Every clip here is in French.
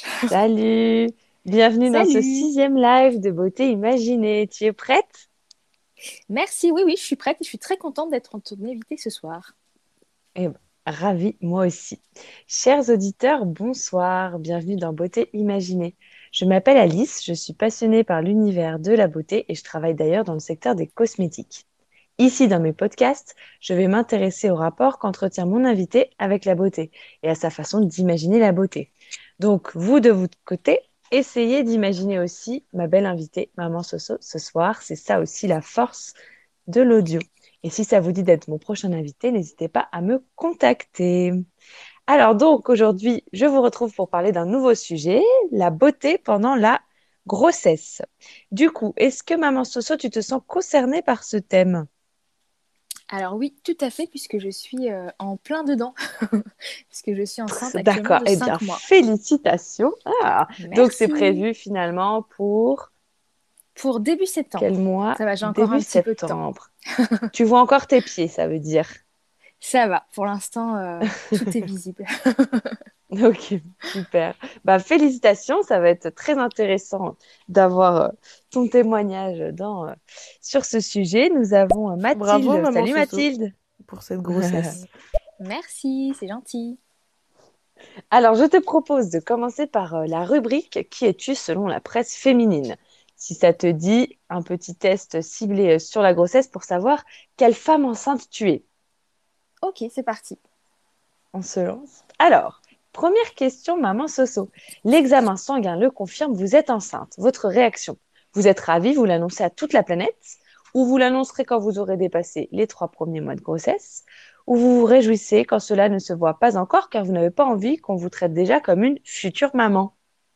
Salut, bienvenue dans ce Salut! 6e live de beauté imaginée. Tu es prête? Merci, oui, oui, je suis prête et je suis très contente d'être en ton invitée ce soir. Eh ben, ravie, moi aussi. Chers auditeurs, bonsoir, bienvenue dans Beauté imaginée. Je m'appelle Alice, je suis passionnée par l'univers de la beauté et je travaille d'ailleurs dans le secteur des cosmétiques. Ici, dans mes podcasts, je vais m'intéresser au rapport qu'entretient mon invité avec la beauté et à sa façon d'imaginer la beauté. Donc, vous, de votre côté, essayez d'imaginer aussi ma belle invitée, Maman Soso, ce soir. C'est ça aussi la force de l'audio. Et si ça vous dit d'être mon prochain invité, n'hésitez pas à me contacter. Alors donc, aujourd'hui, je vous retrouve pour parler d'un nouveau sujet, la beauté pendant la grossesse. Du coup, est-ce que Maman Soso, tu te sens concernée par ce thème? Alors oui, tout à fait, puisque je suis en plein dedans, puisque je suis enceinte actuellement D'accord. de Eh bien, 5 mois. félicitations. Ah, donc c'est Merci! prévu finalement pour Pour début quel septembre. mois? Ça va, j'ai encore Début un petit peu de temps. septembre. Tu vois encore tes pieds, ça veut dire. Ça va, pour l'instant, tout est visible. Ok, super. Bah, félicitations, ça va être très intéressant d'avoir ton témoignage sur ce sujet. Nous avons Bravo, Mathilde. maman Salut Soso, Mathilde. pour cette grossesse. Merci, c'est gentil. Alors, je te propose de commencer par la rubrique Qui es-tu selon la presse féminine? Si ça te dit, un petit test ciblé sur la grossesse pour savoir quelle femme enceinte tu es. Ok, c'est parti. On se lance. Alors, première question, maman Soso. L'examen sanguin le confirme, vous êtes enceinte. Votre réaction? Vous êtes ravie, vous l'annoncez à toute la planète, ou vous l'annoncerez quand vous aurez dépassé les 3 premiers mois de grossesse, ou vous vous réjouissez quand cela ne se voit pas encore car vous n'avez pas envie qu'on vous traite déjà comme une future maman.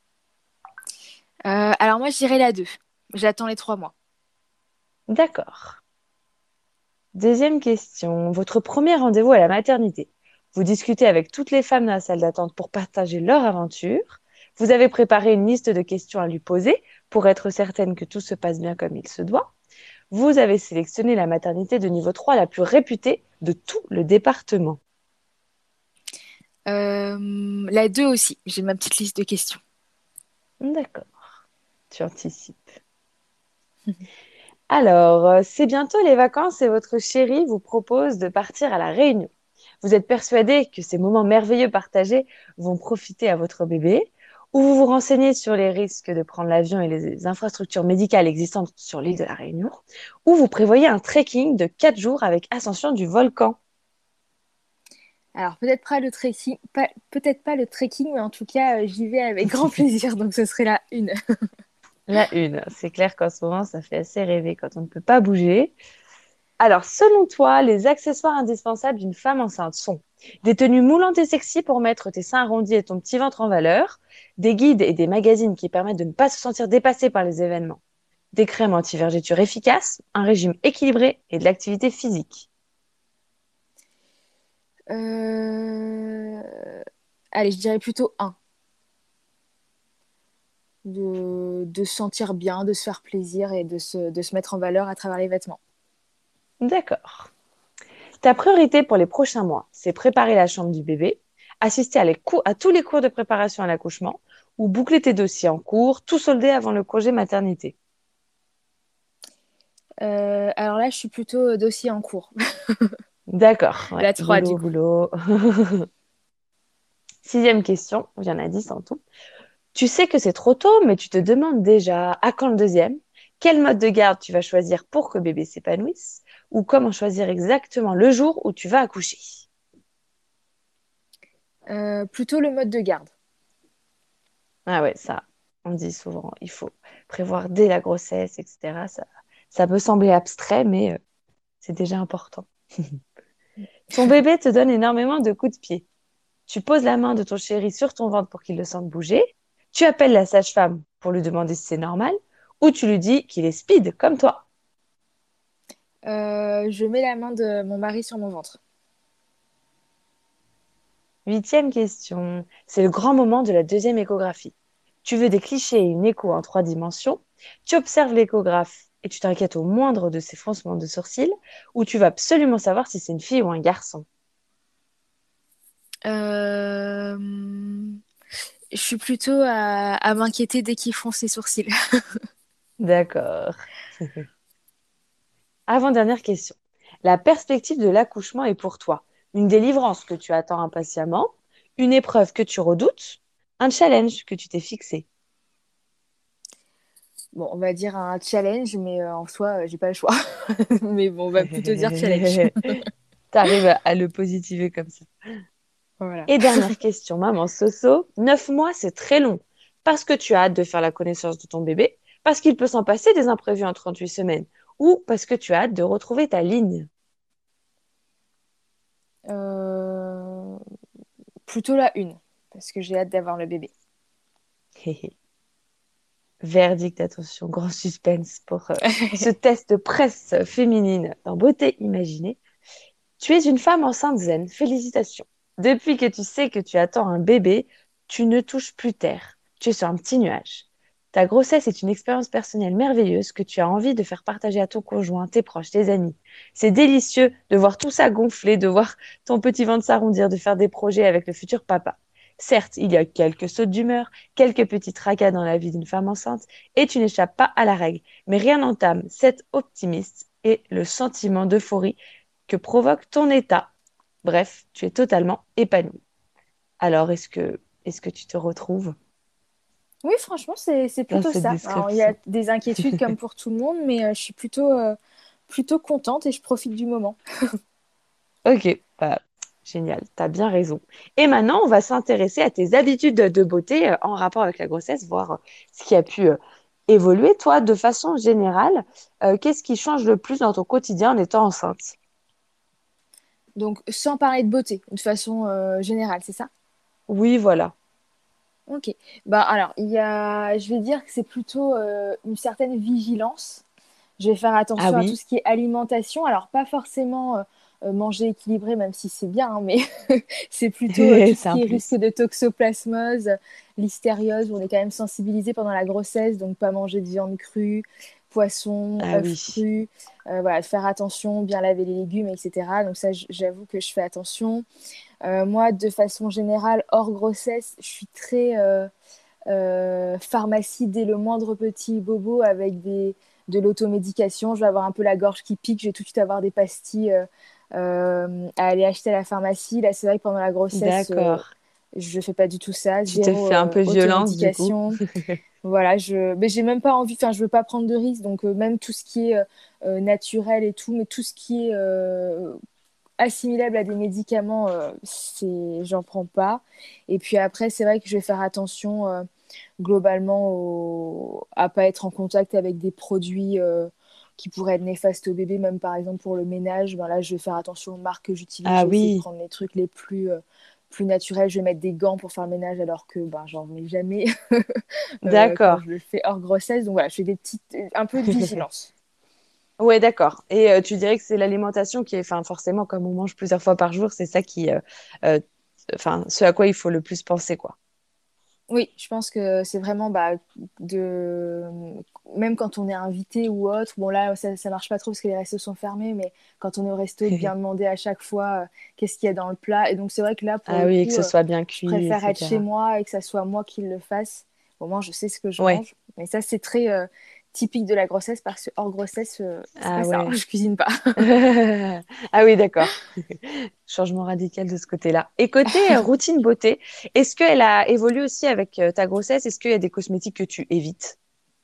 Alors moi, je dirais la 2. J'attends les 3 mois. D'accord. Deuxième question. Votre premier rendez-vous à la maternité. Vous discutez avec toutes les femmes dans la salle d'attente pour partager leur aventure. Vous avez préparé une liste de questions à lui poser pour être certaine que tout se passe bien comme il se doit. Vous avez sélectionné la maternité de niveau 3 la plus réputée de tout le département. La 2 aussi, j'ai ma petite liste de questions. D'accord, tu anticipes. Alors, c'est bientôt les vacances et votre chéri vous propose de partir à La Réunion. Vous êtes persuadé que ces moments merveilleux partagés vont profiter à votre bébé, ou vous vous renseignez sur les risques de prendre l'avion et les infrastructures médicales existantes sur l'île de La Réunion, ou vous prévoyez un trekking de 4 jours avec ascension du volcan. Alors peut-être pas le trekking, peut-être pas le trekking, mais en tout cas, j'y vais avec grand plaisir, donc ce serait la 1. La une, c'est clair qu'en ce moment, ça fait assez rêver quand on ne peut pas bouger. Alors, selon toi, les accessoires indispensables d'une femme enceinte sont des tenues moulantes et sexy pour mettre tes seins arrondis et ton petit ventre en valeur, des guides et des magazines qui permettent de ne pas se sentir dépassé par les événements, des crèmes anti-vergéture efficaces, un régime équilibré et de l'activité physique. Euh... Allez, je dirais plutôt un. De se sentir bien, de se faire plaisir et de se mettre en valeur à travers les vêtements. D'accord. Ta priorité pour les prochains mois, c'est préparer la chambre du bébé, assister à tous les cours de préparation à l'accouchement ou boucler tes dossiers en cours, tout soldé avant le congé maternité. Alors là, je suis plutôt dossier en cours. D'accord, ouais. La 3 du Boulot, coup. boulot. 6e question, il y en a 10 en tout. Tu sais que c'est trop tôt, mais tu te demandes déjà à quand le deuxième? Quel mode de garde tu vas choisir pour que bébé s'épanouisse? Ou comment choisir exactement le jour où tu vas accoucher? Plutôt le mode de garde. Ah ouais, ça, on dit souvent, il faut prévoir dès la grossesse, etc. Ça peut sembler abstrait, mais c'est déjà important. Ton bébé te donne énormément de coups de pied. Tu poses la main de ton chéri sur ton ventre pour qu'il le sente bouger. Tu appelles la sage-femme pour lui demander si c'est normal. Ou tu lui dis qu'il est speed, comme toi. Je mets la main de mon mari sur mon ventre. 8e question. C'est le grand moment de la deuxième échographie. Tu veux des clichés et une écho en 3 dimensions. Tu observes l'échographe et tu t'inquiètes au moindre de ses froncements de sourcils. Ou tu vas absolument savoir si c'est une fille ou un garçon. Euh, Je suis plutôt à m'inquiéter dès qu'ils font ses sourcils. D'accord. Avant-dernière question. La perspective de l'accouchement est pour toi une délivrance que tu attends impatiemment, une épreuve que tu redoutes, un challenge que tu t'es fixé. Bon, on va dire un challenge, mais en soi, j'ai pas le choix. Mais bon, on va plutôt dire challenge. T'arrives à le positiver comme ça. Voilà. Et dernière question, maman Soso. 9 mois, c'est très long. Parce que tu as hâte de faire la connaissance de ton bébé, parce qu'il peut s'en passer des imprévus en 38 semaines, ou parce que tu as hâte de retrouver ta ligne. Euh, Plutôt la une, parce que j'ai hâte d'avoir le bébé. Verdict, attention, grand suspense pour ce test presse féminine dans Beauté Imaginée. Tu es une femme enceinte zen, félicitations. Depuis que tu sais que tu attends un bébé, tu ne touches plus terre. Tu es sur un petit nuage. Ta grossesse est une expérience personnelle merveilleuse que tu as envie de faire partager à ton conjoint, tes proches, tes amis. C'est délicieux de voir tout ça gonfler, de voir ton petit ventre s'arrondir, de faire des projets avec le futur papa. Certes, il y a quelques sautes d'humeur, quelques petits tracas dans la vie d'une femme enceinte, et tu n'échappes pas à la règle. Mais rien n'entame cet optimiste et le sentiment d'euphorie que provoque ton état. Bref, tu es totalement épanoui. Alors, est-ce que tu te retrouves Oui, franchement, c'est dans plutôt cette ça. Alors, il y a description? des inquiétudes comme pour tout le monde, mais je suis plutôt contente et je profite du moment. Ok, bah, génial, tu as bien raison. Et maintenant, on va s'intéresser à tes habitudes de beauté en rapport avec la grossesse, voir ce qui a pu évoluer. Toi, de façon générale, qu'est-ce qui change le plus dans ton quotidien en étant enceinte? Donc, sans parler de beauté, de façon générale, c'est ça? Oui, voilà. Ok. Bah, alors, je vais dire que c'est plutôt une certaine vigilance. Je vais faire Ah attention à tout oui, ce qui est alimentation. Alors, pas forcément manger équilibré, même si c'est bien, hein, mais c'est plutôt tout c'est ce un qui est risque plus. de toxoplasmose, listériose, où on est quand même sensibilisé pendant la grossesse, donc pas manger de viande crue, poisson, Ah œufs oui, crus, voilà, faire attention, bien laver les légumes, etc. Donc ça, j'avoue que je fais attention. Moi, de façon générale, hors grossesse, je suis très pharmacie dès le moindre petit bobo avec de l'automédication. Je vais avoir un peu la gorge qui pique, je vais tout de suite avoir des pastilles à aller acheter à la pharmacie. Là, c'est vrai que pendant la grossesse, d'accord. je fais pas du tout ça. Tu te Zéro fais un peu violence du coup. automédication. Voilà, mais j'ai même pas envie, enfin, je veux pas prendre de risques, donc même tout ce qui est naturel et tout, mais tout ce qui est assimilable à des médicaments, j'en prends pas. Et puis après, c'est vrai que je vais faire attention globalement à pas être en contact avec des produits qui pourraient être néfastes au bébé, même par exemple pour le ménage. Ben là, je vais faire attention aux marques que j'utilise. Ah Je vais essayer de oui, prendre les trucs les plus naturels. Je vais mettre des gants pour faire le ménage alors que ben, j'en mets jamais quand d'accord. je le fais hors grossesse. Donc voilà, je fais un peu de vigilance. Ouais, d'accord. Et tu dirais que c'est l'alimentation qui est, enfin, forcément, comme on mange plusieurs fois par jour, c'est ça euh, enfin, ce à quoi il faut le plus penser, quoi. Oui, je pense que c'est vraiment bah, de même quand on est invité ou autre, bon là ça marche pas trop parce que les restos sont fermés, mais quand on est au resto, de bien demander à chaque fois qu'est-ce qu'il y a dans le plat. Et donc c'est vrai que là pour Ah le oui, que coup, ce soit bien je cuit, préfère être chez etc. moi et que ça soit moi qui le fasse. Au moins je sais ce que je Ouais. mange. Mais ça c'est très typique de la grossesse parce que hors grossesse, c'est pas Ah ça, ouais. je cuisine pas. Ah oui, d'accord. Changement radical de ce côté-là. Et côté routine beauté, est-ce qu'elle a évolué aussi avec ta grossesse? Est-ce qu'il y a des cosmétiques que tu évites?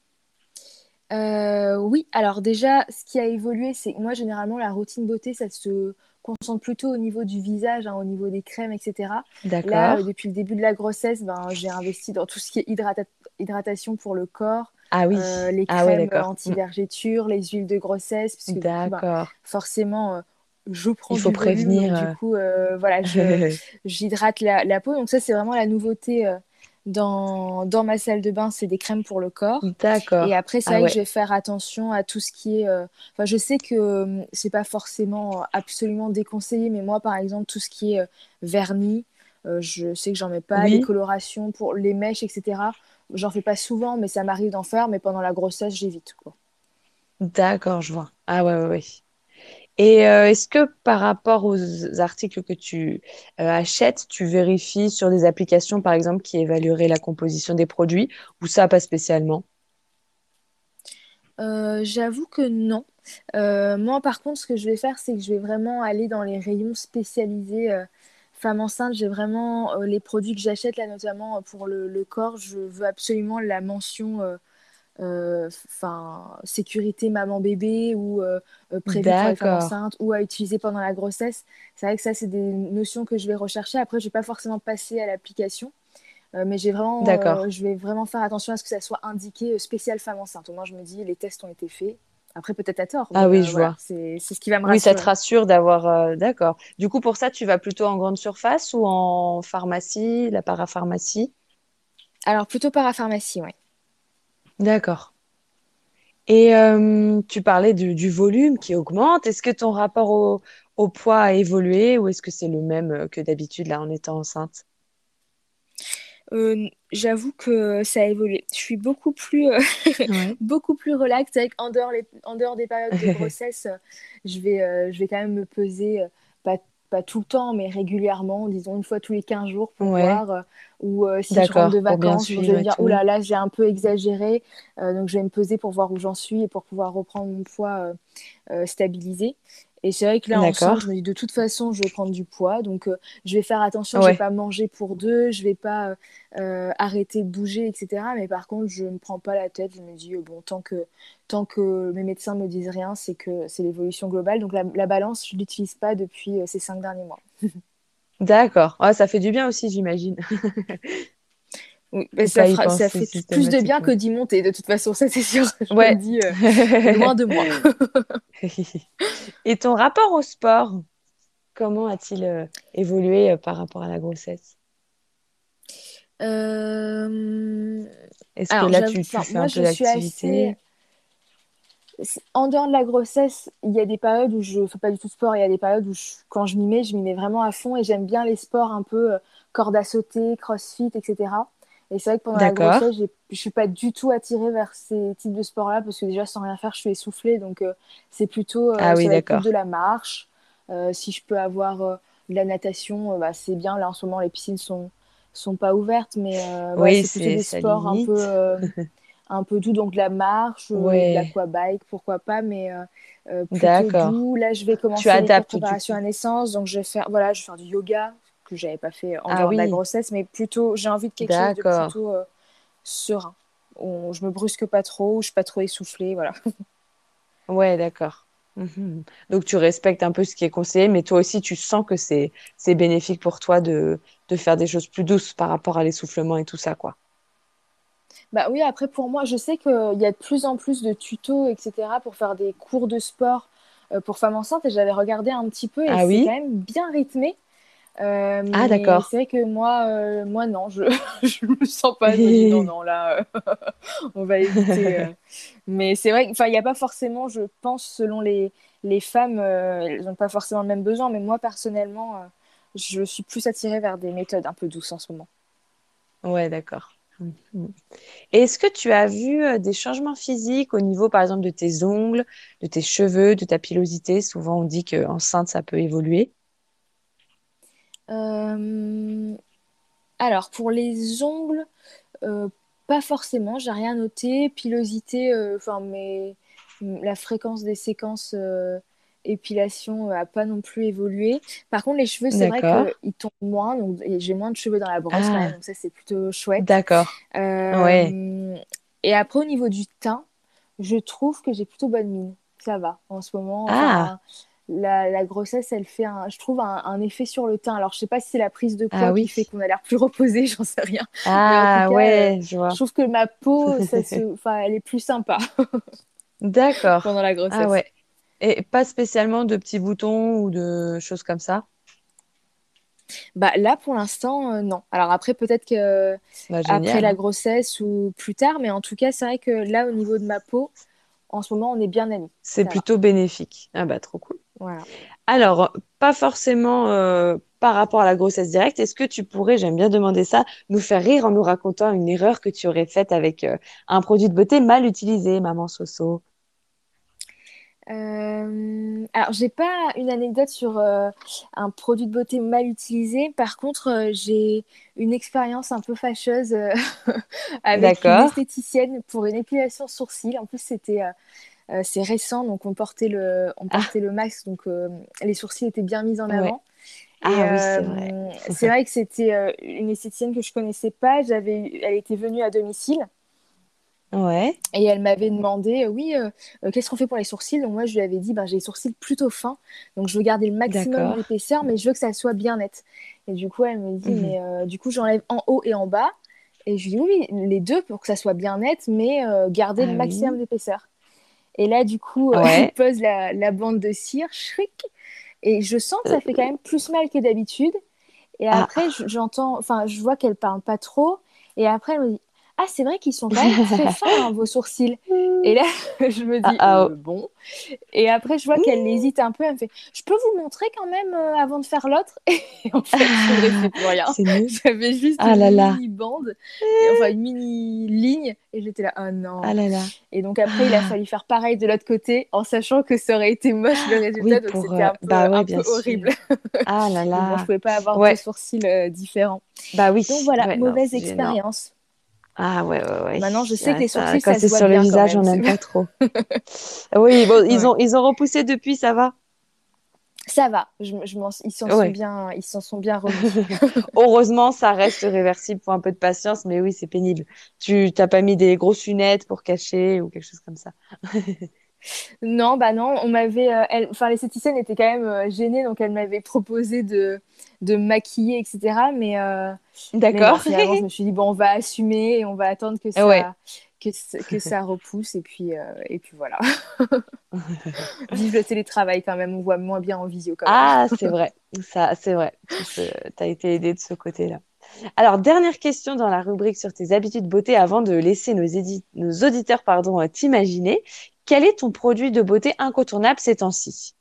Oui, alors déjà, ce qui a évolué, c'est que moi, généralement, la routine beauté, ça se concentre plutôt au niveau du visage, hein, au niveau des crèmes, etc. Là, D'accord. depuis le début de la grossesse, ben, j'ai investi dans tout ce qui est hydratation pour le corps, Ah oui. les Ah ouais, crèmes d'accord. anti-vergéture, les huiles de grossesse, puisque du coup, ben, D'accord. forcément, je Il prends faut du volume, donc du prévenir. coup, voilà, j'hydrate la peau. Donc ça, c'est vraiment la nouveauté dans ma salle de bain, c'est des crèmes pour le corps. Et D'accord. après, c'est Ah vrai que je ouais. vais faire attention à tout ce qui est. Enfin, je sais que c'est pas forcément absolument déconseillé, mais moi, par exemple, tout ce qui est vernis, je sais que j'en mets pas. Les Oui. colorations pour les mèches, etc. J'en fais pas souvent, mais ça m'arrive d'en faire. Mais pendant la grossesse, j'évite, quoi. D'accord, je vois. Ah ouais, ouais, ouais. Et est-ce que par rapport aux articles que tu achètes, tu vérifies sur des applications, par exemple, qui évalueraient la composition des produits, ou ça, pas spécialement? J'avoue que non. Moi, par contre, ce que je vais faire, c'est que je vais vraiment aller dans les rayons spécialisés femmes enceintes. J'ai vraiment les produits que j'achète, là, notamment pour le corps. Je veux absolument la mention enfin, sécurité maman-bébé ou prévu pour les femmes D'accord, enceintes ou à utiliser pendant la grossesse. C'est vrai que ça, c'est des notions que je vais rechercher. Après, je vais pas forcément passer à l'application. Mais d'accord. je vais vraiment faire attention à ce que ça soit indiqué spécial femme enceinte. Au moins, je me dis, les tests ont été faits. Après, peut-être à tort, Ah mais oui, je voilà, vois. c'est ce qui va me Oui, ça te rassurer. rassure d'avoir... D'accord. Du coup, pour ça, tu vas plutôt en grande surface ou en pharmacie, la parapharmacie? Alors, plutôt parapharmacie, ouais. D'accord. Et tu parlais du volume qui augmente. Est-ce que ton rapport au poids a évolué ou est-ce que c'est le même que d'habitude là en étant enceinte? J'avoue que ça a évolué. Je suis beaucoup plus, Ouais. beaucoup plus relaxe avec en dehors des périodes de grossesse. Je vais quand même me peser, pas tout le temps, mais régulièrement, disons une fois tous les 15 jours pour Ouais, voir. Si je rentre de d'accord, pour bien vacances, bon, je vais suivre me et dire, oh tout. là là, j'ai un peu exagéré. Donc je vais me peser pour voir où j'en suis et pour pouvoir reprendre mon poids stabilisé. Et c'est vrai que là, ensemble, je D'accord. me dis de toute façon, je vais prendre du poids. Donc, je vais faire attention, je vais Ouais, pas manger pour deux, je vais pas arrêter de bouger, etc. Mais par contre, je me prends pas la tête. Je me dis, bon, tant que mes médecins me disent rien, c'est que c'est l'évolution globale. Donc, la balance, je l'utilise pas depuis ces 5 derniers mois. d'accord. Ah, ça fait du bien aussi, j'imagine. Oui, mais Faut pas y ça penser fait plus de bien que systématiquement. d'y monter, de toute façon, ça c'est sûr. Je me le Ouais. dis loin de moi. Et ton rapport au sport, comment a-t-il évolué par rapport à la grossesse? Euh, Est-ce que Alors, là, j'avoue, tu enfin, fais moi, un peu je suis assez. d'activité? En dehors de la grossesse, il y a des périodes où je fais pas du tout de sport. Il y a des périodes où, quand je m'y mets vraiment à fond et j'aime bien les sports un peu corde à sauter, crossfit, etc. Et c'est vrai que pendant la D'accord. grossesse, je suis pas du tout attirée vers ces types de sports-là parce que déjà, sans rien faire, je suis essoufflée. Donc, c'est plutôt, Ah oui, ça va être plus de d'accord. la marche. Si je peux avoir de la natation, bah, c'est bien. Là, en ce moment, les piscines sont pas ouvertes, mais ouais, Oui, c'est plutôt des ça sports limite. un peu doux, donc de la marche, de Ouais, l'aquabike, pourquoi pas, mais plutôt d'accord. doux. Là, je vais Tu commencer les cours de adaptes du préparation coup. à naissance, donc voilà, je vais faire du yoga que j'avais pas fait en Ah dehors de la oui, grossesse, mais plutôt, j'ai envie de quelque chose de d'accord. plutôt serein, où je me brusque pas trop, où je suis pas trop essoufflée, voilà. Ouais, d'accord. Mhm. Donc tu respectes un peu ce qui est conseillé, mais toi aussi tu sens que c'est bénéfique pour toi de faire des choses plus douces par rapport à l'essoufflement et tout ça, quoi. Bah oui, après pour moi, je sais qu'il y a de plus en plus de tutos, etc., pour faire des cours de sport pour femmes enceintes, et j'avais regardé un petit peu, et Ah c'est quand oui? même bien rythmé. Ah Mais d'accord. c'est vrai que moi non, je me sens pas. Je me dis non, non, là, on va éviter. Mais c'est vrai qu'il n'y a pas forcément, je pense, selon les femmes, elles n'ont pas forcément le même besoin. Mais moi, personnellement, je suis plus attirée vers des méthodes un peu douces en ce moment. Ouais, d'accord. Mhm. Et est-ce que tu as vu des changements physiques au niveau, par exemple, de tes ongles, de tes cheveux, de ta pilosité? Souvent, on dit qu'enceinte, ça peut évoluer. Euh, alors, pour les ongles, euh, pas forcément, j'ai rien noté. Pilosité, enfin, mais la fréquence des séquences épilation a pas non plus évolué. Par contre, les cheveux, c'est vrai D'accord. qu'ils tombent moins, donc et j'ai moins de cheveux dans la brosse quand même, Ah, donc ça c'est plutôt chouette. d'accord. Ouais. Euh, et après, au niveau du teint, je trouve que j'ai plutôt bonne mine. Ça va en ce moment. Ah, Enfin, la grossesse, elle fait, je trouve, un effet sur le teint. Alors, je sais pas si c'est la prise de ah poids qui oui. fait qu'on a l'air plus reposé, j'en sais rien. Mais en tout Ah cas, ouais, je je vois. trouve que ma peau, enfin, elle est plus sympa pendant D'accord. la Ah grossesse. ouais. Et pas spécialement de petits boutons ou de choses comme ça? Bah là, pour l'instant, non. Alors après, peut-être que Bah, après génial, la hein. grossesse ou plus tard, mais en tout cas, c'est vrai que là, au niveau de ma peau, en ce moment, on est bien amis. C'est Ça va. plutôt bénéfique. Ah bah, trop cool. Voilà. Alors, pas forcément par rapport à la grossesse directe, est-ce que tu pourrais, j'aime bien demander ça, nous faire rire en nous racontant une erreur que tu aurais faite avec un produit de beauté mal utilisé, maman Soso? Alors, j'ai pas une anecdote sur un produit de beauté mal utilisé. Par contre, j'ai une expérience un peu fâcheuse avec une D'accord. esthéticienne pour une épilation sourcil. En plus, c'est récent, donc on Ah, portait le masque, donc les sourcils étaient bien mis en ouais. avant. Et Ah oui, c'est vrai. c'est vrai que c'était une esthéticienne que je connaissais pas. Elle était venue à domicile. Ouais, Et elle m'avait demandé, oui, qu'est-ce qu'on fait pour les sourcils? Donc moi, je lui avais dit, ben, j'ai les sourcils plutôt fins, donc je veux garder le maximum d'accord. d'épaisseur, mais je veux que ça soit bien net. Et du coup, elle me dit, Mhm. mais du coup, j'enlève en haut et en bas. Et je lui dis, oui, oui, les deux pour que ça soit bien net, mais garder le Ah maximum oui. d'épaisseur. Et là, du coup, elle Ouais. pose la bande de cire, shriek, et je sens que Euh, ça fait quand même plus mal que d'habitude. Et après, Ah. j'entends, enfin, je vois qu'elle parle pas trop. Et après, elle me dit, ah, c'est vrai qu'ils sont quand même très fins, hein, vos sourcils. Et là, je me Ah, dis, ah, oh. bon. Et après, je vois qu'elle Mmh. hésite un peu. Elle me fait, je peux vous montrer quand même avant de faire l'autre? Et en fait, il ne me restait plus rien. C'est nul. J'avais juste Ah une là là. mini bande, enfin une mini ligne. Et j'étais là, oh Ah non. là là. Et donc après, il a Ah. fallu faire pareil de l'autre côté, en sachant que ça aurait été moche le Oui, résultat. Donc pour... c'était bah ouais, un bien peu sûr. horrible. Ah là Mais bon, je là. pouvais pas avoir deux Ouais, sourcils différents. bah oui. Donc voilà, Ouais, non, mauvaise c'est gênant. expérience. Ah ouais, ouais, ouais. Maintenant, je sais que Ouais, les ça, sourcils, quand ça se c'est voit sur le bien quand visage, même. on n'aime pas trop. Oui, bon, Ouais. ils ont repoussé depuis, ça va? Ça va, Ouais. ils s'en sont bien remis. Heureusement, ça reste réversible. Faut un peu de patience, mais oui, c'est pénible. Tu t'as pas mis des grosses lunettes pour cacher ou quelque chose comme ça. Non, bah non, on m'avait, enfin l'esthéticienne était quand même gênée, donc elle m'avait proposé de me maquiller, etc. Mais non, D'accord. finalement, je me suis dit bon, on va assumer et on va attendre Ouais. que ça repousse et puis voilà. Vive le télétravail quand même, on voit moins bien en visio quand même. Ah, c'est vrai. Ça, c'est vrai. T'as été aidé de ce côté-là. Alors, dernière question dans la rubrique sur tes habitudes beauté avant de laisser nos auditeurs, pardon, t'imaginer. Quel est ton produit de beauté incontournable ces temps-ci?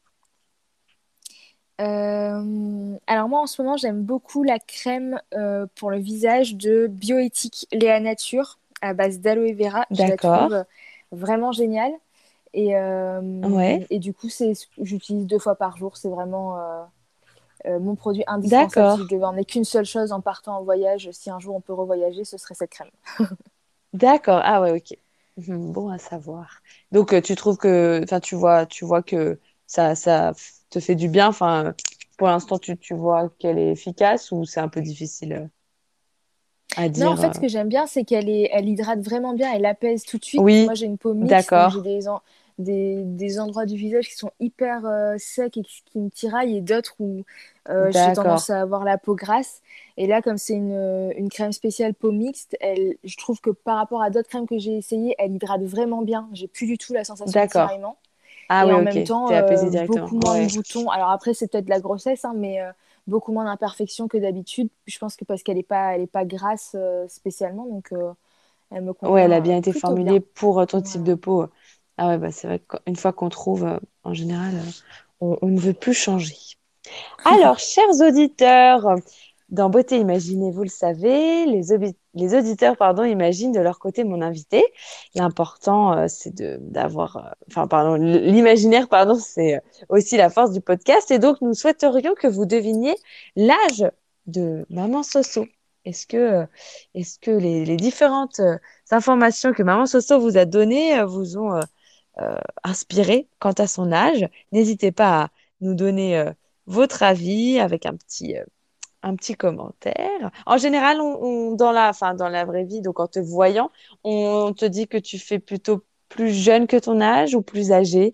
Alors moi en ce moment j'aime beaucoup la crème pour le visage de Bioéthique Léa Nature à base d'aloe vera. Je la D'accord. trouve vraiment géniale Ouais. et du coup j'utilise 2 fois par jour. C'est vraiment mon produit indispensable. D'accord. Si je devais emmener qu'une seule chose en partant en voyage, si un jour on peut revoyager, ce serait cette crème. D'accord. Ah ouais, ok. Bon à savoir. Donc, tu trouves que, enfin, tu vois que ça te fait du bien. Enfin, pour l'instant, tu vois qu'elle est efficace ou c'est un peu difficile à Non, en dire. fait, ce que j'aime bien, c'est elle hydrate vraiment bien, elle apaise tout de suite. Moi, Oui, j'ai une peau mixte, donc j'ai d'accord, des endroits du visage qui sont hyper secs et qui me tiraillent, et d'autres où j'ai tendance d'accord, à avoir la peau grasse. Et là, comme c'est une crème spéciale peau mixte, je trouve que par rapport à d'autres crèmes que j'ai essayées, elle hydrate vraiment bien. J'ai plus du tout la sensation de d'accord. tiraillement. Ah Et oui, en ok. même temps, T'es apaisé directement. beaucoup moins de Ouais. boutons. Alors après, c'est peut-être la grossesse, hein, mais beaucoup moins d'imperfections que d'habitude. Je pense que parce elle est pas grasse spécialement, donc elle me Ouais, elle a convient bien été plutôt bien. formulée pour ton type Voilà. de peau. Ah ouais, bah c'est vrai qu'une fois qu'on trouve, en général, on ne veut plus changer. Alors, chers auditeurs, dans Beauté Imaginée, vous le savez, les auditeurs, pardon, imaginent de leur côté mon invité. L'important, c'est d'avoir, enfin, pardon, l'imaginaire, pardon, c'est aussi la force du podcast. Et donc, nous souhaiterions que vous deviniez l'âge de Maman Soso. Est-ce que, euh, est-ce que les différentes informations que Maman Soso vous a données vous ont inspiré quant à son âge? N'hésitez pas à nous donner votre avis avec un petit commentaire. En général, enfin, dans la vraie vie, donc en te voyant, on te dit que tu fais plutôt plus jeune que ton âge ou plus âgé.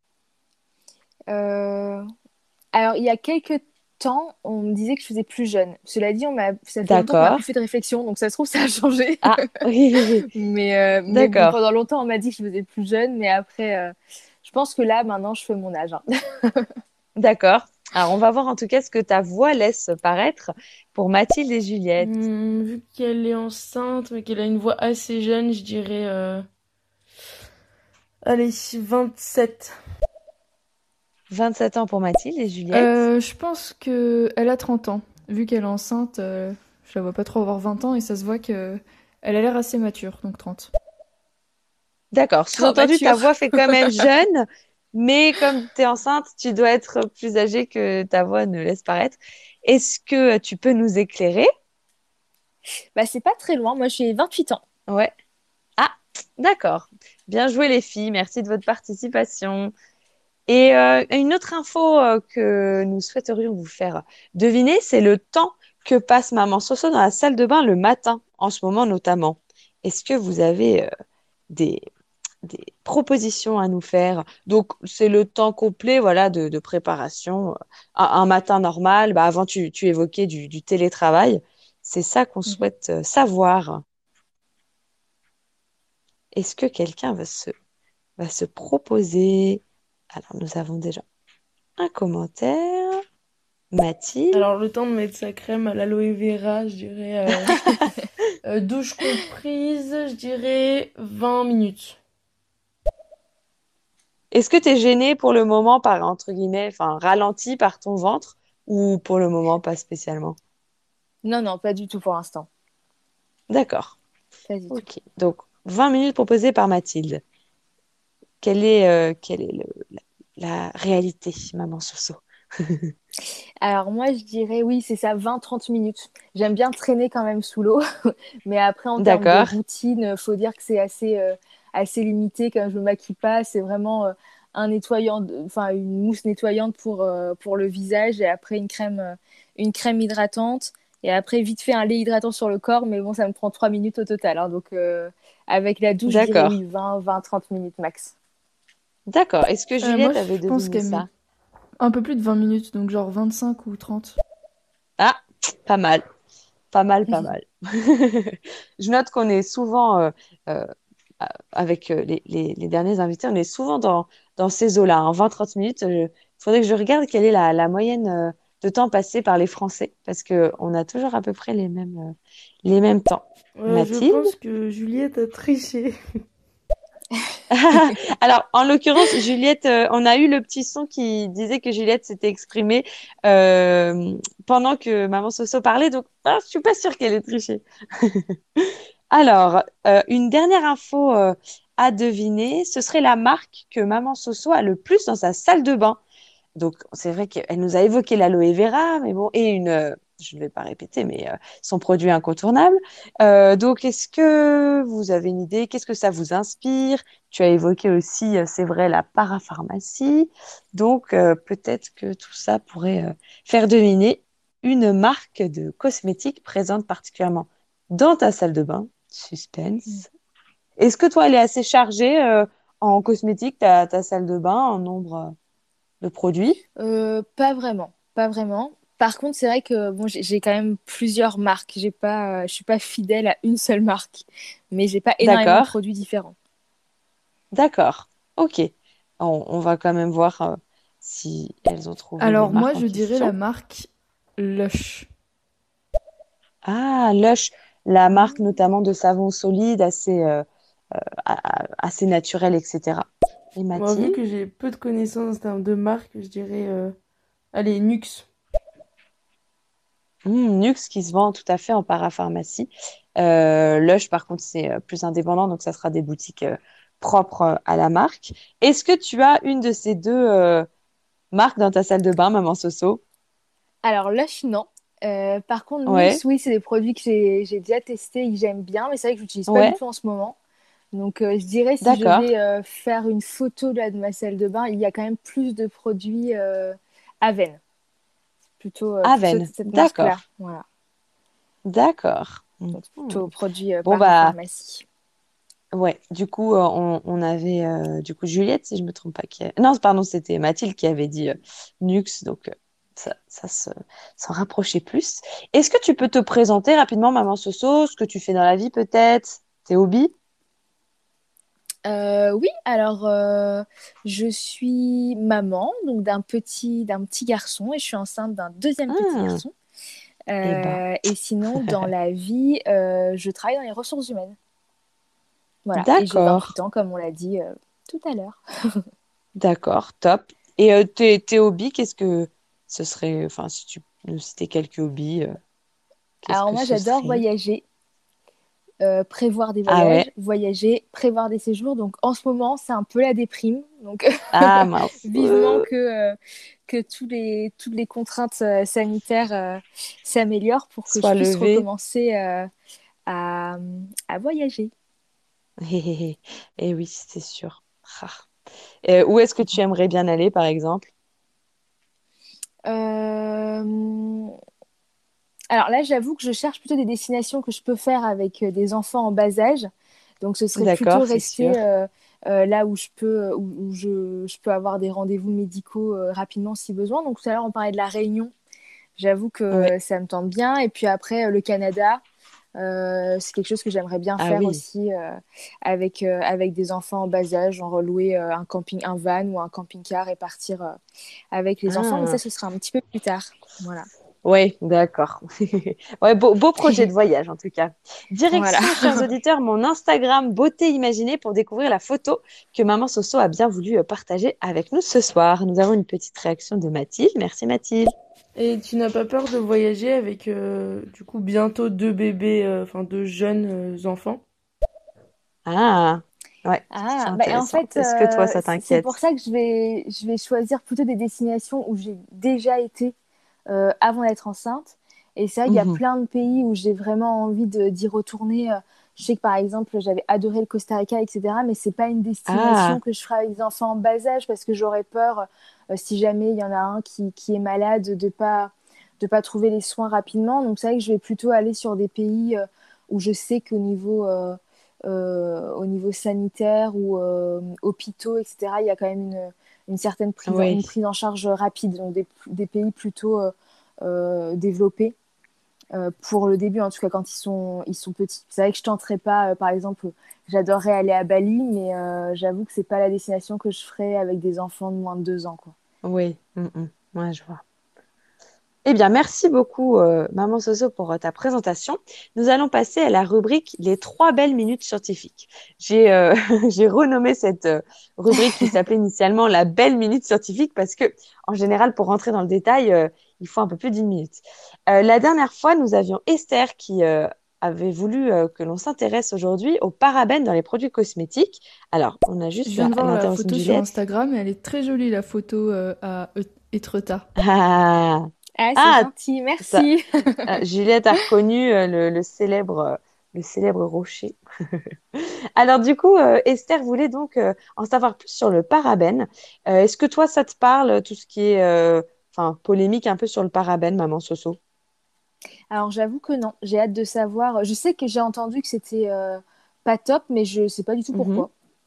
Euh, Alors, il y a quelques temps, on me disait que je faisais plus jeune. Cela dit, ça fait longtemps qu'on m'a D'accord. plus fait de réflexion, donc ça se trouve, ça a changé. Ah, oui, Mais bon, d'accord, pendant longtemps, on m'a dit que je faisais plus jeune, mais après, je pense que là, maintenant, je fais mon âge, hein. d'accord. Alors, on va voir en tout cas ce que ta voix laisse paraître pour Mathilde et Juliette. Vu qu'elle est enceinte, mais qu'elle a une voix assez jeune, je dirais... Allez, 27. 27 ans pour Mathilde et Juliette. Je pense que elle a 30 ans. Vu qu'elle est enceinte, je la vois pas trop avoir 20 ans et ça se voit que elle a l'air assez mature, donc 30. D'accord. Oh, Sous-entendu, ta mature. voix fait quand même jeune, Mais comme tu es enceinte, tu dois être plus âgée que ta voix ne laisse paraître. Est-ce que tu peux nous éclairer? Bah, c'est pas très loin. Moi, j'ai 28 ans. Ouais. Ah, d'accord. Bien joué les filles. Merci de votre participation. Et une autre info que nous souhaiterions vous faire deviner, c'est le temps que passe Maman Soso dans la salle de bain le matin, en ce moment notamment. Est-ce que vous avez des, des propositions à nous faire? Donc, c'est le temps complet, voilà, de préparation. Un matin normal, bah, avant, tu évoquais du télétravail. C'est ça qu'on Mhm. souhaite savoir. Est-ce que quelqu'un va se proposer? Alors, nous avons déjà un commentaire. Mathilde. Alors, le temps de mettre sa crème à l'aloe vera, je dirais, douche comprise, je dirais 20 minutes. Est-ce que tu es gênée pour le moment par, entre guillemets, enfin, ralenti par ton ventre ou pour le moment pas spécialement? Non, non, pas du tout pour l'instant. D'accord. Pas du tout. Ok. Donc, 20 minutes proposées par Mathilde. Quelle est la réalité, maman Soso? Alors moi, je dirais oui, c'est ça, 20-30 minutes. J'aime bien traîner quand même sous l'eau, mais après, en termes de D'accord. routine, faut dire que c'est assez limité. Quand je me maquille pas, c'est vraiment un nettoyant, enfin une mousse nettoyante pour le visage et après une crème hydratante. Et après, vite fait, un lait hydratant sur le corps, mais bon, ça me prend 3 minutes au total, hein. Donc, avec la douche, je dirais D'accord. oui, 20-30 minutes max. D'accord. Est-ce que Moi, Juliette avait je pense deviné qu'elle met ça? un peu plus de 20 minutes, donc genre 25 ou 30. Ah, pas mal. Pas mal, pas mal. Je note qu'on est souvent, euh, avec les derniers invités, on est souvent dans ces eaux-là, hein, 20-30 minutes. Il faudrait que je regarde quelle est la moyenne de temps passé par les Français, parce qu'on a toujours à peu près les mêmes temps. Je Mathilde? pense que Juliette a triché. Alors, en l'occurrence, Juliette, on a eu le petit son qui disait que Juliette s'était exprimée pendant que Maman Soso parlait, donc je suis pas sûre qu'elle ait triché. Alors, une dernière info à deviner, ce serait la marque que Maman Soso a le plus dans sa salle de bain. Donc, c'est vrai qu'elle nous a évoqué l'aloe vera, mais bon, et je ne vais pas répéter, mais son produit incontournable. Donc, est-ce que vous avez une idée? Qu'est-ce que ça vous inspire? Tu as évoqué aussi, c'est vrai, la parapharmacie. Donc, peut-être que tout ça pourrait faire deviner une marque de cosmétiques présente particulièrement dans ta salle de bain. Suspense. Est-ce que toi, elle est assez chargée en cosmétiques, ta salle de bain, en nombre de produits? Pas vraiment, pas vraiment. Par contre, c'est vrai que bon, j'ai quand même plusieurs marques. Je suis pas fidèle à une seule marque, mais j'ai pas énormément de D'accord, produits différents. d'accord. Ok. On va quand même voir si elles ont trouvé les Alors, moi, marques en je dirais la question. marque Lush. Ah, Lush, la marque Hmm. notamment de savon solide, assez naturel, etc. Et Moi, vu Mathilde? que j'ai peu de connaissances en termes de marque, je dirais, allez, Nux. Nuxe qui se vend tout à fait en parapharmacie. Lush, par contre, c'est plus indépendant, donc ça sera des boutiques propres à la marque. Est-ce que tu as une de ces deux marques dans ta salle de bain, Maman Soso? Alors Lush, non. Par contre, Ouais, Nux, oui, c'est des produits que j'ai déjà testés et que j'aime bien, mais c'est vrai que je n'utilise pas du ouais, tout en ce moment. Donc, je dirais si je d'accord. vais faire une photo là, de ma salle de bain, il y a quand même plus de produits Aven, plutôt Aven, cette marque-là. d'accord, Voilà. d'accord. Donc, Mhm. plutôt produits Bon, bah, parapharmacie. ouais, du coup, on avait du coup Juliette, si je me trompe pas, non, pardon, c'était Mathilde qui avait dit Nux, donc ça s'en rapprochait plus. Est-ce que tu peux te présenter rapidement, Maman Soso, ce que tu fais dans la vie peut-être, tes hobbies? Oui, alors je suis maman donc d'un petit garçon et je suis enceinte d'un deuxième petit Hmm, garçon. eh ben, Et sinon, dans la vie, je travaille dans les ressources humaines. Voilà, et j'ai d'accord, 28 ans, comme on l'a dit tout à l'heure. d'accord, top. Et tes hobbies, qu'est-ce que ce serait, enfin, si tu nous citais quelques hobbies, qu'est-ce Alors que moi, ce j'adore serait? voyager. prévoir des Ah voyages, ouais. voyager, prévoir des séjours. Donc en ce moment, c'est un peu la déprime. Donc Ah mince. vivement que toutes les contraintes sanitaires s'améliorent pour que je Sois puisse levé. recommencer à, à voyager. Eh oui, c'est sûr. Ah. Où est-ce que tu aimerais bien aller, par exemple? Euh, Alors là, j'avoue que je cherche plutôt des destinations que je peux faire avec des enfants en bas âge. Donc ce serait plutôt D'accord, c'est sûr. rester là où je peux avoir des rendez-vous médicaux rapidement si besoin. Donc tout à l'heure, on parlait de la Réunion. J'avoue Ouais. que ça me tente bien. Et puis après, le Canada, c'est quelque chose que j'aimerais bien Ah faire oui. aussi avec des enfants en bas âge, genre louer un van ou un camping-car et partir avec les enfants. Mais ça, Ah. ce sera un petit peu plus tard. Voilà. Ouais, d'accord. Ouais, beau projet de voyage en tout cas. Voilà. Direction, chers auditeurs, mon Instagram Beauté Imaginée pour découvrir la photo que Maman Soso a bien voulu partager avec nous ce soir. Nous avons une petite réaction de Mathilde. Merci Mathilde. Et tu n'as pas peur de voyager avec, du coup, bientôt deux bébés, enfin deux jeunes enfants? Ah, ouais, question Ah, bah, en intéressante. fait, Est-ce que toi, ça c'est pour t'inquiète? ça que je vais choisir plutôt des destinations où j'ai déjà été avant d'être enceinte. Et c'est vrai qu'il y a Mhm. plein de pays où j'ai vraiment envie d'y retourner. Je sais que par exemple, j'avais adoré le Costa Rica, etc. Mais c'est pas une destination Ah, que je ferai avec des enfants en bas âge parce que j'aurais peur, si jamais il y en a un qui est malade, de pas trouver les soins rapidement. Donc c'est vrai que je vais plutôt aller sur des pays où je sais au niveau sanitaire ou hôpitaux, etc., il y a quand même une certaine une oui, prise en charge rapide, donc des pays plutôt développés pour le début, en tout cas quand ils sont petits. C'est vrai que je tenterai pas, par exemple, j'adorerais aller à Bali, mais j'avoue que c'est pas la destination que je ferais avec des enfants de moins de 2 ans, quoi. oui. Ouais, je vois. Eh bien, merci beaucoup, Maman Soso, pour ta présentation. Nous allons passer à la rubrique Les trois belles minutes scientifiques. J'ai renommé cette rubrique qui s'appelait initialement la belle minute scientifique parce que, en général, pour rentrer dans le détail, il faut un peu plus d'une minute. La dernière fois, nous avions Esther qui avait voulu que l'on s'intéresse aujourd'hui aux parabènes dans les produits cosmétiques. Alors, on a Je juste viens de voir la l'intervention de photo sur Juliette. Instagram et elle est très jolie, la photo à Etretat. Ah, Ah, c'est ah, gentil, ça, merci. Juliette a reconnu le célèbre rocher. Alors du coup, Esther voulait donc en savoir plus sur le parabène. Est-ce que toi, ça te parle, tout ce qui est enfin, polémique un peu sur le parabène, maman Soso? Alors j'avoue que non, j'ai hâte de savoir. Je sais que j'ai entendu que c'était pas top, mais je sais pas du tout Mhm. pourquoi.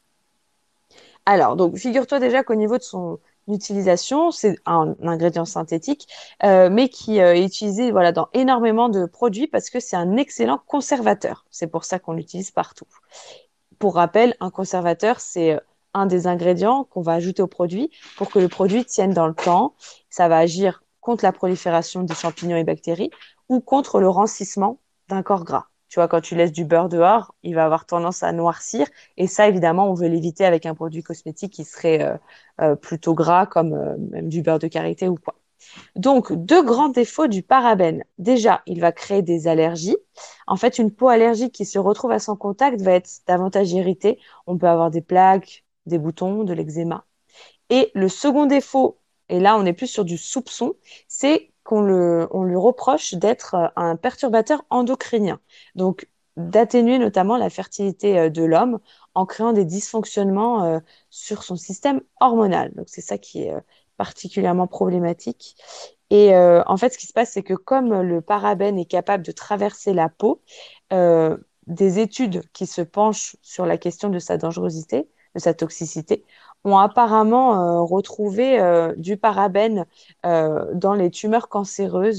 Alors, donc, figure-toi déjà qu'au niveau de son utilisation, c'est un ingrédient synthétique, mais qui est utilisé voilà, dans énormément de produits parce que c'est un excellent conservateur. C'est pour ça qu'on l'utilise partout. Pour rappel, un conservateur, c'est un des ingrédients qu'on va ajouter au produit pour que le produit tienne dans le temps. Ça va agir contre la prolifération des champignons et bactéries ou contre le rancissement d'un corps gras. Tu vois, quand tu laisses du beurre dehors, il va avoir tendance à noircir. Et ça, évidemment, on veut l'éviter avec un produit cosmétique qui serait plutôt gras, comme même du beurre de karité ou quoi. Donc, deux grands défauts du parabène. Déjà, il va créer des allergies. En fait, une peau allergique qui se retrouve à son contact va être davantage irritée. On peut avoir des plaques, des boutons, de l'eczéma. Et le second défaut, et là on est plus sur du soupçon, c'est on lui reproche d'être un perturbateur endocrinien. Donc, d'atténuer notamment la fertilité de l'homme en créant des dysfonctionnements sur son système hormonal. Donc, c'est ça qui est particulièrement problématique. Et en fait, ce qui se passe, c'est que comme le parabène est capable de traverser la peau, euh, des études qui se penchent sur la question de sa dangerosité, de sa toxicité, ont apparemment retrouvé du parabène dans les tumeurs cancéreuses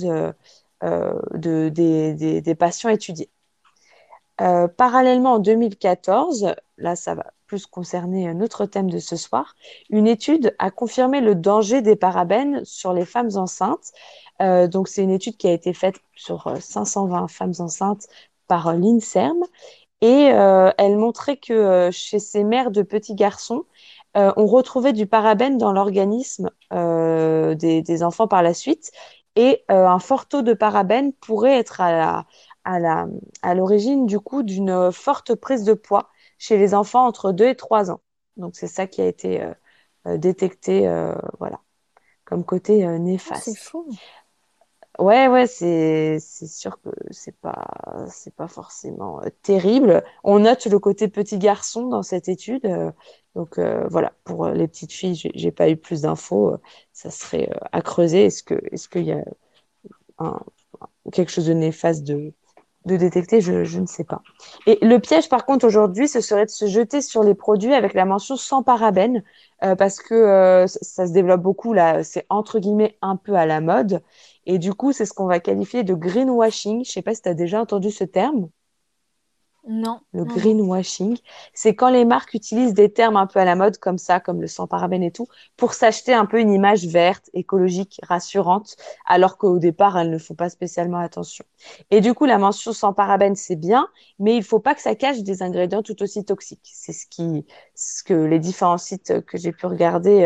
des patients étudiés. Parallèlement, en 2014, là, ça va plus concerner notre thème de ce soir, une étude a confirmé le danger des parabènes sur les femmes enceintes. Donc, c'est une étude qui a été faite sur 520 femmes enceintes par l'INSERM et elle montrait que chez ces mères de petits garçons, on retrouvait du parabène dans l'organisme des enfants par la suite et un fort taux de parabène pourrait être à l'origine du coup d'une forte prise de poids chez les enfants entre 2 et 3 ans. Donc c'est ça qui a été détecté, voilà, comme côté Ah, c'est néfaste. fou. Ouais, ouais, c'est sûr que c'est pas forcément terrible. On note le côté petit garçon dans cette étude. Donc voilà, pour les petites filles, j'ai pas eu plus d'infos. Ça serait à creuser. Est-ce qu'il y a un- quelque chose de néfaste de détecter? Je ne sais pas. Et le piège, par contre, aujourd'hui, ce serait de se jeter sur les produits avec la mention sans parabènes, parce que ça se développe beaucoup là. C'est entre guillemets un peu à la mode. Et du coup, c'est ce qu'on va qualifier de greenwashing. Je sais pas si tu as déjà entendu ce terme. Non, Le non, non. greenwashing, c'est quand les marques utilisent des termes un peu à la mode comme ça, comme le sans parabènes et tout, pour s'acheter un peu une image verte, écologique, rassurante, alors qu'au départ, elles ne font pas spécialement attention. Et du coup, la mention sans parabènes, c'est bien, mais il faut pas que ça cache des ingrédients tout aussi toxiques. C'est ce que les différents sites que j'ai pu regarder,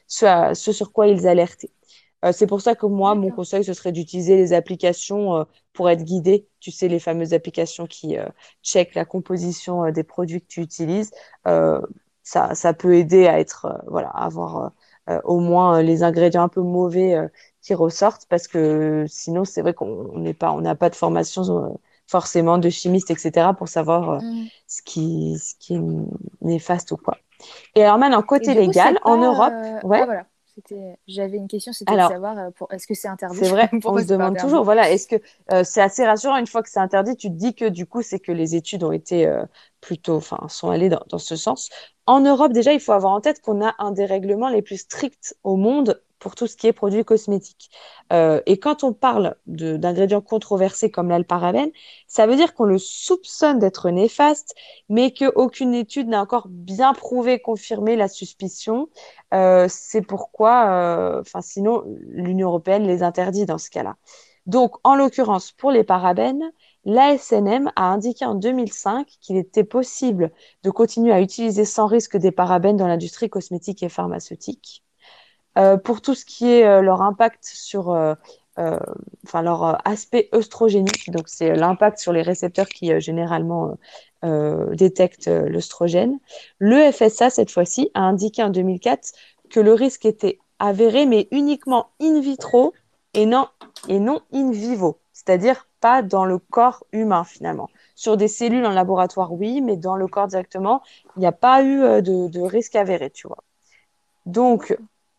ce sur quoi ils alertaient. C'est pour ça que moi, mon D'accord. conseil, ce serait d'utiliser les applications pour être guidé. Tu sais, les fameuses applications qui checkent la composition des produits que tu utilises. Euh, ça peut aider à être, voilà, à avoir au moins les ingrédients un peu mauvais qui ressortent parce que sinon, c'est vrai on n'a pas de formation forcément de chimiste, etc., pour savoir Mm. ce qui est néfaste ou quoi. Et alors maintenant, Et côté du coup, c'est légal, en Europe, pas. ouais. Ah, voilà. J'avais une question, c'était de Alors, savoir est-ce que c'est interdit? c'est vrai, on Pourquoi se c'est pas demande interdit? toujours, voilà, est-ce que c'est assez rassurant une fois que c'est interdit, tu te dis que du coup, c'est que les études ont été plutôt, enfin, sont allées dans ce sens. En Europe, déjà, il faut avoir en tête qu'on a un des règlements les plus stricts au monde pour tout ce qui est produits cosmétiques. Et quand on parle d'ingrédients controversés comme l'alparabène, ça veut dire qu'on le soupçonne d'être néfaste, mais qu'aucune étude n'a encore bien prouvé, confirmé la suspicion. C'est pourquoi, enfin, sinon, l'Union européenne les interdit dans ce cas-là. Donc, en l'occurrence, pour les parabènes, l'ASNM a indiqué en 2005 qu'il était possible de continuer à utiliser sans risque des parabènes dans l'industrie cosmétique et pharmaceutique. Pour tout ce qui est leur impact sur, euh, enfin, leur aspect œstrogénique, donc c'est l'impact sur les récepteurs qui généralement détectent l'œstrogène. Le FSA, cette fois-ci, a indiqué en 2004 que le risque était avéré, mais uniquement in vitro et et non in vivo, c'est-à-dire pas dans le corps humain finalement. Sur des cellules en laboratoire, oui, mais dans le corps directement, il n'y a pas eu de risque avéré, tu vois. Donc,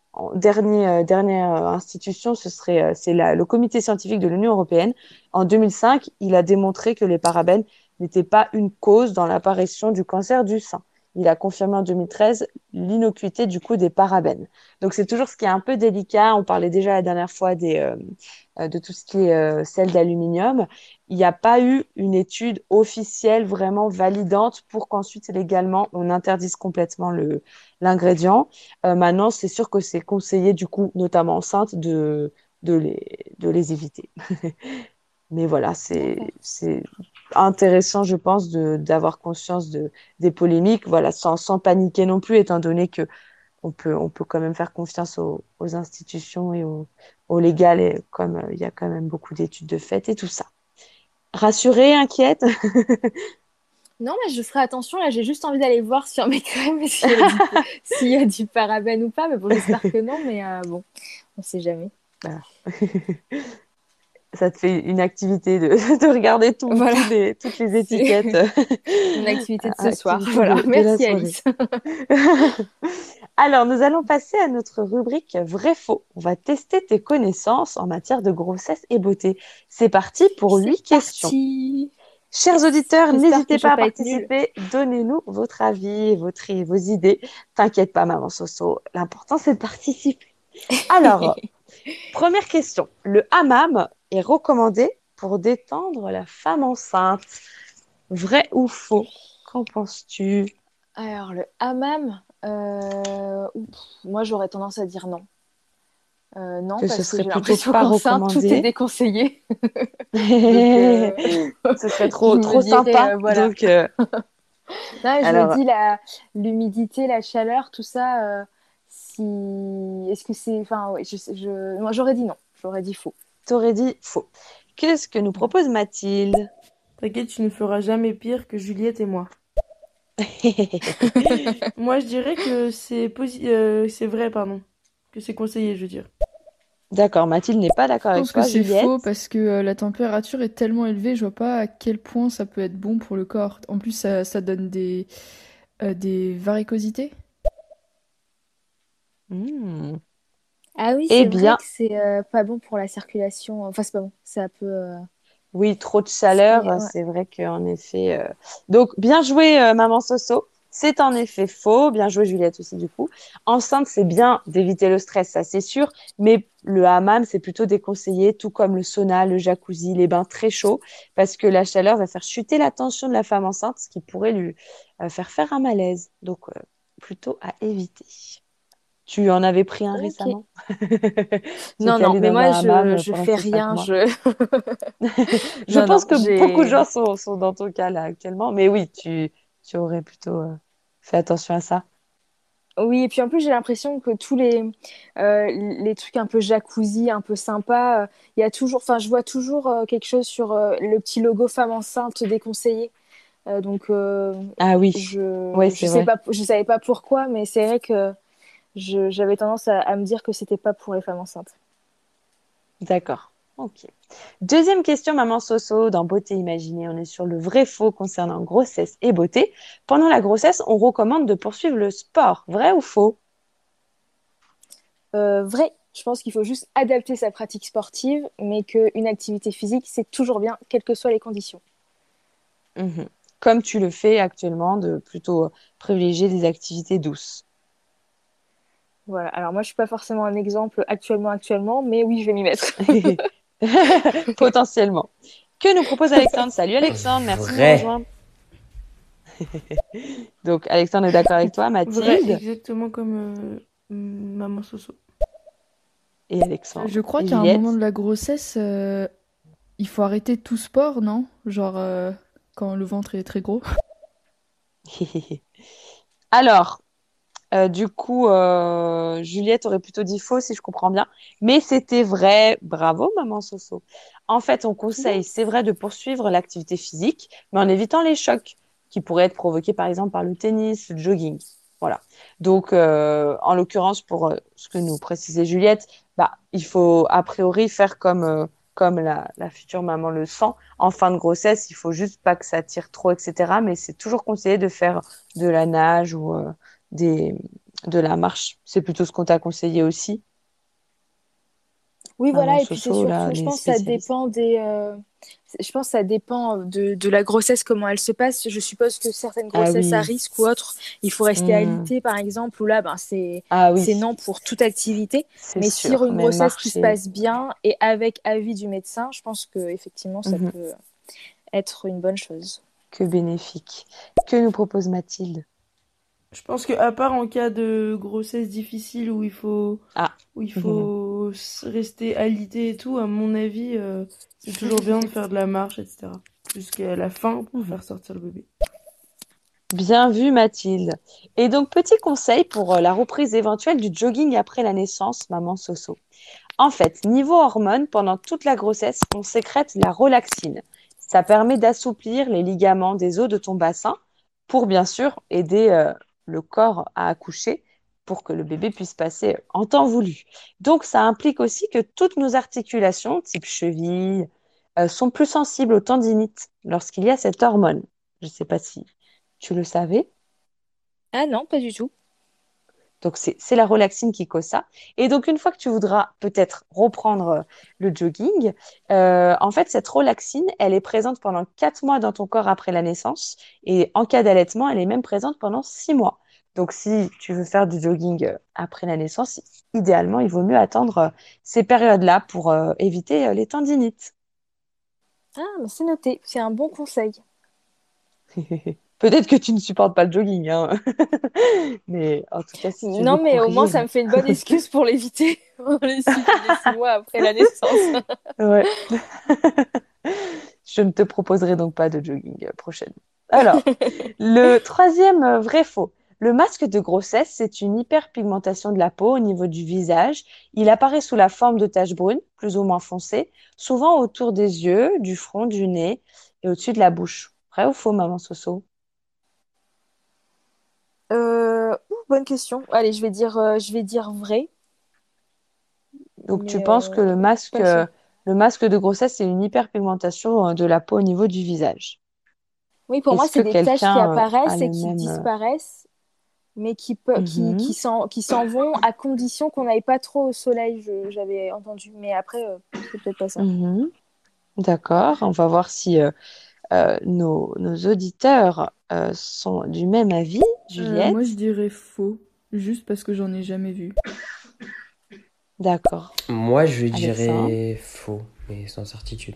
dernière institution, le comité scientifique de l'Union européenne. En 2005, il a démontré que les parabènes n'étaient pas une cause dans l'apparition du cancer du sein. Il a confirmé en 2013 l'innocuité du coup des parabènes. Donc c'est toujours ce qui est un peu délicat. On parlait déjà la dernière fois de tout ce qui est sel d'aluminium. Il n'y a pas eu une étude officielle vraiment validante pour qu'ensuite légalement on interdise complètement l'ingrédient. Maintenant, c'est sûr que c'est conseillé, du coup, notamment enceinte, de les éviter. Mais voilà, D'accord. c'est intéressant, je pense, d'avoir conscience des polémiques, voilà, sans paniquer non plus, étant donné que on peut quand même faire confiance aux institutions et au légal, et comme il y a quand même beaucoup d'études de fait et tout ça. Rassurée, inquiète? Non, mais je ferai attention. Là, j'ai juste envie d'aller voir sur mes crèmes s'il y a du parabène ou pas. Mais bon, j'espère que non. Mais bon, on sait jamais. Voilà. Ça te fait une activité de regarder Voilà, toutes les étiquettes. c'est mon activité de ce soir. Activité Voilà, de la merci soirée. Alice. Alors, nous allons passer à notre rubrique vrai-faux. On va tester tes connaissances en matière de grossesse et beauté. C'est parti pour C'est 8 questions. parti. Chers Yes. auditeurs, J'espère que n'hésitez je vais pas à pas être nulle. participer. Donnez-nous votre avis, vos idées. T'inquiète pas, maman Soso. L'important, c'est de participer. Alors, première question. Le hammam est recommandé pour détendre la femme enceinte. Vrai ou faux? Qu'en penses-tu? Alors, le hammam, moi j'aurais tendance à dire non. Non, Que ce parce que serait j'ai plutôt l'impression pas qu'enceinte, tout est recommandé? déconseillé. Donc, Ce serait je me trop dirais, sympa. voilà. Donc, Non, je me alors, dis, l'humidité, la chaleur, tout ça, si... Est-ce que c'est... Enfin, ouais, moi, j'aurais dit non. J'aurais dit faux. t'aurais dit faux. Qu'est-ce que nous propose Mathilde? T'inquiète, tu ne feras jamais pire que Juliette et moi. Moi, je dirais que c'est vrai, pardon. Que c'est conseillé, je veux dire. D'accord, Mathilde n'est pas d'accord Je avec pense que toi, c'est faux Juliette. parce que la température est tellement élevée, je vois pas à quel point ça peut être bon pour le corps. En plus, ça donne des varicosités. Hmm. Ah oui, Eh c'est vrai bien, que c'est pas bon pour la circulation. Enfin, c'est pas bon. Ça peut oui, trop de chaleur, soigner. Ouais. c'est vrai qu'en effet. Donc, bien joué, Maman Soso. C'est en effet faux. Bien joué, Juliette aussi, du coup. Enceinte, c'est bien d'éviter le stress, ça c'est sûr. Mais le hammam, c'est plutôt déconseillé, tout comme le sauna, le jacuzzi, les bains très chauds, parce que la chaleur va faire chuter la tension de la femme enceinte, ce qui pourrait lui faire un malaise. Donc, plutôt à éviter. Tu en avais pris un Ok. récemment? Tu Non, étais non, allée mais dans un moi, hammam je pendant fais ces cinq rien. mois. Je... Je Non, non, pense que beaucoup de j'ai... gens sont dans ton cas là actuellement, mais oui, tu aurais plutôt fait attention à ça. Oui, et puis en plus, j'ai l'impression que tous les trucs un peu jacuzzi, un peu sympa, il y a toujours... Enfin, je vois toujours quelque chose sur le petit logo femme enceinte déconseillé. Donc, Ah oui, ouais, c'est vrai. je savais pas pourquoi, mais c'est vrai que j'avais tendance à me dire que c'était pas pour les femmes enceintes. D'accord. Ok. Deuxième question, maman Soso, dans Beauté Imaginée, on est sur le vrai faux concernant grossesse et beauté. Pendant la grossesse, on recommande de poursuivre le sport. Vrai ou faux? Vrai, je pense qu'il faut juste adapter sa pratique sportive, mais qu'une activité physique, c'est toujours bien, quelles que soient les conditions. Mhm. Comme tu le fais actuellement, de plutôt privilégier des activités douces. Voilà. Alors moi, je suis pas forcément un exemple actuellement, mais oui, je vais m'y mettre. Potentiellement. Que nous propose Alexandre? Salut Alexandre, merci de nous Vrai. rejoindre. Donc, Alexandre est d'accord avec toi, Vrai, Mathilde exactement comme Maman Soso. et Je Alexandre crois et qu'à un moment Juliette. de la grossesse, il faut arrêter tout sport, non? Genre quand le ventre est très gros. Alors, du coup, Juliette aurait plutôt dit faux si je comprends bien, mais c'était vrai. Bravo, maman Soso. En fait, on conseille, c'est Yes. vrai, de poursuivre l'activité physique, mais en évitant les chocs qui pourraient être provoqués, par exemple, par le tennis, le jogging. Voilà. Donc, en l'occurrence, pour ce que nous précisait Juliette, bah, il faut a priori faire comme la future maman le sent. En fin de grossesse, il faut juste pas que ça tire trop, etc. Mais c'est toujours conseillé de faire de la nage ou des, de la marche. C'est plutôt ce qu'on t'a conseillé aussi. Oui, Maman voilà, et puis c'est Soso, là, surtout, je les pense que ça spécialistes. dépend je pense que ça dépend de la grossesse, comment elle se passe. Je suppose que certaines Ah grossesses à oui. risque ou autres, il faut rester Hmm. alité, par exemple, où là, ben, Ah c'est oui, non pour toute activité. c'est Mais sur sûr. une Même grossesse qui se marcher. passe bien et avec avis du médecin, je pense que effectivement, ça Mhm. peut être une bonne chose. Que bénéfique. Que nous propose Mathilde? Je pense que à part en cas de grossesse difficile Ah. où il faut rester alité et tout, à mon avis, c'est toujours bien de faire de la marche, etc. Jusqu'à la fin pour Mhm. faire sortir le bébé. Bien vu, Mathilde. Et donc, petit conseil pour la reprise éventuelle du jogging après la naissance, maman Soso. En fait, niveau hormones, pendant toute la grossesse, on sécrète la relaxine. Ça permet d'assouplir les ligaments des os de ton bassin pour bien sûr aider le corps à accoucher pour que le bébé puisse passer en temps voulu. Donc, ça implique aussi que toutes nos articulations, type cheville, sont plus sensibles aux tendinites lorsqu'il y a cette hormone. Je ne sais pas si tu le savais. Ah non, pas du tout. Donc, c'est la relaxine qui cause ça. Et donc, une fois que tu voudras peut-être reprendre le jogging, en fait, cette relaxine, elle est présente pendant 4 mois dans ton corps après la naissance. Et en cas d'allaitement, elle est même présente pendant 6 mois. Donc, si tu veux faire du jogging après la naissance, idéalement, il vaut mieux attendre ces périodes-là pour éviter les tendinites. Ah, mais c'est noté, c'est un bon conseil. Peut-être que tu ne supportes pas le jogging, hein. Mais en tout cas, si tu veux Non, mais au moins, courir, ça me fait une bonne excuse pour l'éviter pendant les 6 mois après la naissance. ouais. Je ne te proposerai donc pas de jogging prochainement. Alors, le troisième vrai faux. Le masque de grossesse, c'est une hyperpigmentation de la peau au niveau du visage. Il apparaît sous la forme de taches brunes, plus ou moins foncées, souvent autour des yeux, du front, du nez. et au-dessus de la bouche. Vrai ou faux, maman Soso? Bonne question. Allez, je vais dire vrai, Donc, tu mais penses que pas sûr. le masque de grossesse, c'est une hyperpigmentation de la peau au niveau du visage. Oui, pour moi, Est-ce c'est que des taches qui quelqu'un a apparaissent et le qui même... disparaissent, mais Mhm, qui s'en vont à condition qu'on n'aille pas trop au soleil, j'avais entendu. Mais après, c'est peut-être pas ça. mhm. D'accord, on va voir si nos auditeurs sont du même avis. Moi, je Juliette, dirais faux, juste parce que j'en ai jamais vu. d'accord. Moi, je Alexandre dirais faux, mais sans certitude.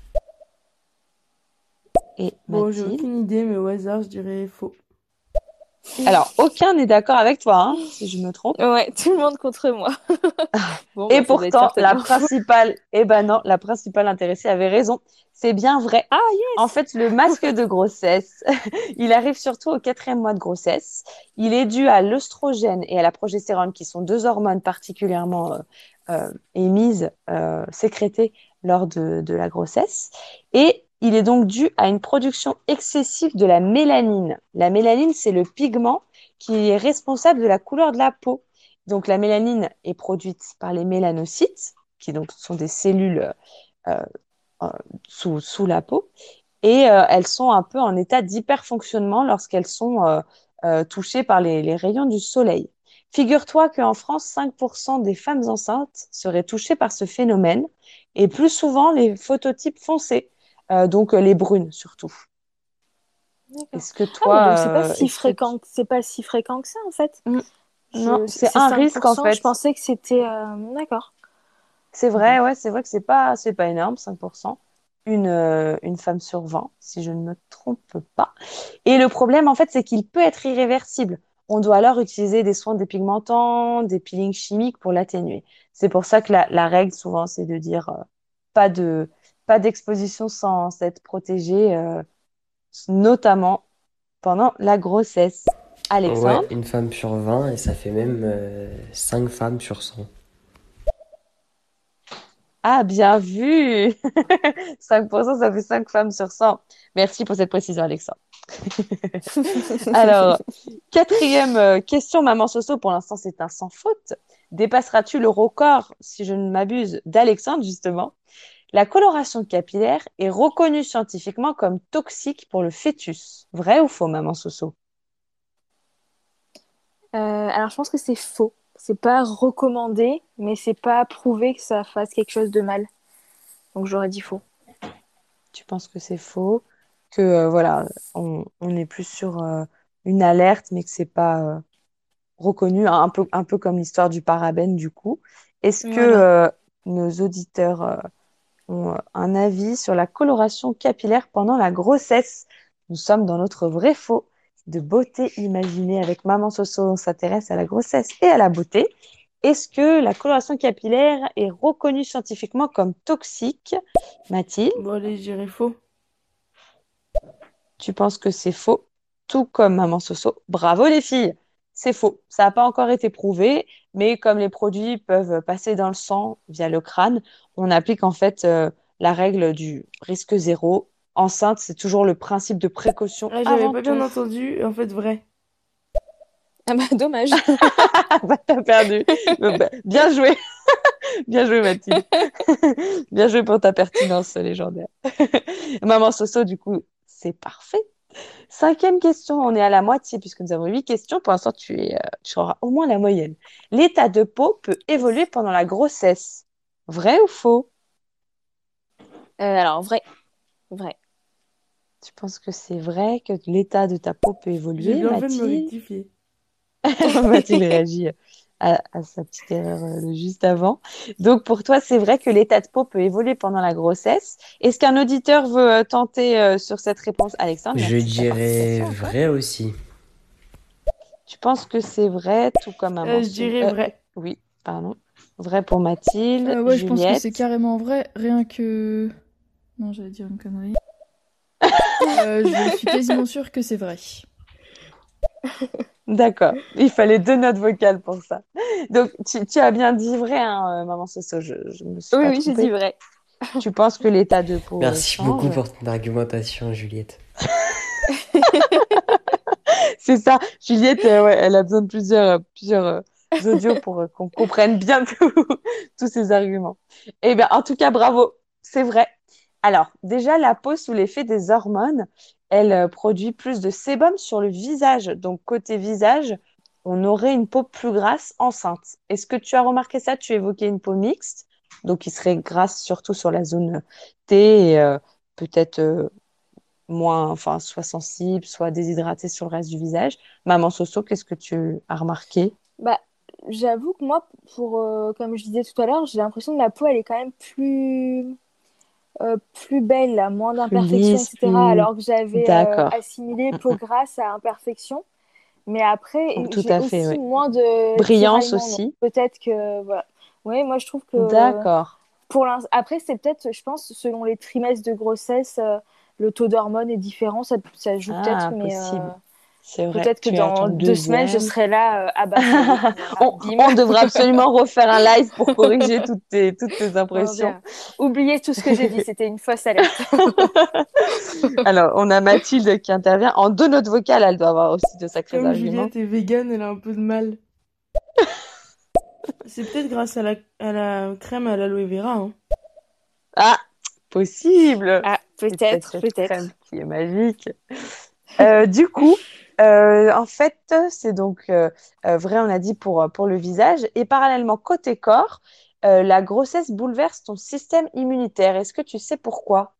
et Bon, j'ai Mathilde. aucune idée, mais au hasard, je dirais faux. Alors, aucun n'est d'accord avec toi, hein, si je me trompe. Ouais, tout le monde contre moi. Bon, Et bah, ça doit être pourtant, certainement faux. eh ben non, la principale intéressée avait raison. C'est bien vrai. Ah, En yes! fait, le masque de grossesse, il arrive surtout au quatrième mois de grossesse. Il est dû à l'œstrogène et à la progestérone, qui sont deux hormones particulièrement émises, sécrétées lors de la grossesse. Et il est donc dû à une production excessive de la mélanine. La mélanine, c'est le pigment qui est responsable de la couleur de la peau. Donc, la mélanine est produite par les mélanocytes, qui donc sont des cellules euh, euh, sous la peau, et elles sont un peu en état d'hyperfonctionnement lorsqu'elles sont touchées par les rayons du soleil. Figure-toi qu'en France, 5% des femmes enceintes seraient touchées par ce phénomène, et plus souvent les phototypes foncés, donc les brunes surtout. D'accord. Est-ce que Ah, mais donc toi, est-ce que c'est pas si fréquent que ça, en fait. Mm, non, c'est C'est un cinq risque pour en cent. Je fait. pensais que c'était... D'accord. C'est Bon. vrai, ouais, c'est vrai que c'est pas énorme, 5%. Une femme sur 20, si je ne me trompe pas. Et le problème, en fait, c'est qu'il peut être irréversible. On doit alors utiliser des soins dépigmentants, des peelings chimiques pour l'atténuer. C'est pour ça que la règle, souvent, c'est de dire pas de, pas d'exposition sans être protégée, notamment pendant la grossesse. Ouais, Alexandre? une femme sur 20 et ça fait même 5 femmes sur 100. Ah, bien vu! 5%, ça fait 5 femmes sur 100. Merci pour cette précision, Alexandre. Alors, quatrième question, Maman Soso. Pour l'instant, c'est un sans faute. Dépasseras-tu le record, si je ne m'abuse, d'Alexandre, justement? La coloration capillaire est reconnue scientifiquement comme toxique pour le fœtus. Vrai ou faux, Maman Soso? Alors, je pense que c'est faux. C'est pas recommandé, mais c'est pas prouvé que ça fasse quelque chose de mal. Donc, j'aurais dit faux. Tu penses que c'est faux? Que, voilà, on est plus sur une alerte, mais que c'est pas reconnu, un peu comme l'histoire du parabène du coup. Est-ce que Voilà. nos auditeurs ont un avis sur la coloration capillaire pendant la grossesse? Nous sommes dans notre vrai faux de beauté imaginée avec Maman Soso. On s'intéresse à la grossesse et à la beauté. Est-ce que la coloration capillaire est reconnue scientifiquement comme toxique? Mathilde, Bon, allez, je dirais faux. tu penses que c'est faux, tout comme Maman Soso. Bravo les filles, c'est faux. Ça n'a pas encore été prouvé, mais comme les produits peuvent passer dans le sang via le crâne, on applique en fait la règle du risque zéro. Enceinte, c'est toujours le principe de précaution Ah, j'avais avant pas bien tout. entendu, en fait, vrai. Ah bah, dommage. Bah, t'as perdu. Bien joué, bien joué Mathilde. Bien joué pour ta pertinence légendaire. Maman Soso, du coup, c'est parfait. Cinquième question, on est à la moitié puisque nous avons 8 questions. Pour l'instant, tu auras au moins la moyenne. L'état de peau peut évoluer pendant la grossesse. Vrai ou faux? Alors, vrai. Vrai. Tu penses que c'est vrai que l'état de ta peau peut J'ai évoluer, bien fait de me Mathilde? rectifier. Mathilde réagit à sa petite erreur de juste avant. Donc, pour toi, c'est vrai que l'état de peau peut évoluer pendant la grossesse. Est-ce qu'un auditeur veut tenter sur cette réponse? Alexandre, Je merci de ta dirais participation encore. vrai aussi. Tu penses que c'est vrai, tout comme un Je mensonge? dirais vrai. Oui, pardon. Vrai pour Mathilde. Ouais, je pense que c'est Juliette. carrément vrai, rien que... Non, j'allais dire une connerie. Je suis quasiment sûre que c'est vrai. D'accord. Il fallait 2 notes vocales pour ça. Donc, tu as bien dit vrai, hein, Maman Soso. Je me suis Oui, pas oui, j'ai dit trompée. vrai. Tu penses que l'état de peau Merci beaucoup change? pour ton argumentation, Juliette. C'est ça. Juliette, ouais, elle a besoin de plusieurs audios pour qu'on comprenne bien tous ces arguments. Eh bien, en tout cas, bravo. C'est vrai. Alors, déjà, la peau sous l'effet des hormones, elle produit plus de sébum sur le visage. Donc, côté visage, on aurait une peau plus grasse enceinte. Est-ce que tu as remarqué ça? Tu évoquais une peau mixte, donc qui serait grasse surtout sur la zone T et peut-être moins, enfin, soit sensible, soit déshydratée sur le reste du visage. Maman Soso, qu'est-ce que tu as remarqué? Bah, j'avoue que moi, comme je disais tout à l'heure, j'ai l'impression que ma peau, elle est quand même plus belle, là, moins Plus d'imperfections, lisse, etc. plus... Alors que j'avais D'accord. assimilé Mm, peau grasse à imperfection. Mais après, Tout j'ai à fait, aussi oui. moins de Brillance tiraillements. Donc aussi. peut-être que, voilà. Oui, moi, je trouve que D'accord. après, c'est peut-être, je pense, selon les trimestres de grossesse, le taux d'hormones est différent. Ça joue peut-être, Ah, mais possible. C'est vrai. peut-être que Tu as ton dans 2 semaines, je deuxième. serai là, abasourdie. Voilà, bim, On devrait absolument refaire un live pour corriger toutes tes on impressions. verra. Oubliez tout ce que j'ai dit, c'était une fausse alerte. Alors, on a Mathilde qui intervient. En deux notes vocales, elle doit avoir aussi de sacrés Comme arguments. Juliette est végane, elle a un peu de mal. C'est peut-être grâce à la crème à l'aloe vera, hein. Ah, possible. Ah, C'est peut-être peut-être, cette peut-être. crème qui est magique. Du coup, en fait, c'est donc vrai, on a dit pour le visage. Et parallèlement, côté corps, la grossesse bouleverse ton système immunitaire. Est-ce que tu sais pourquoi?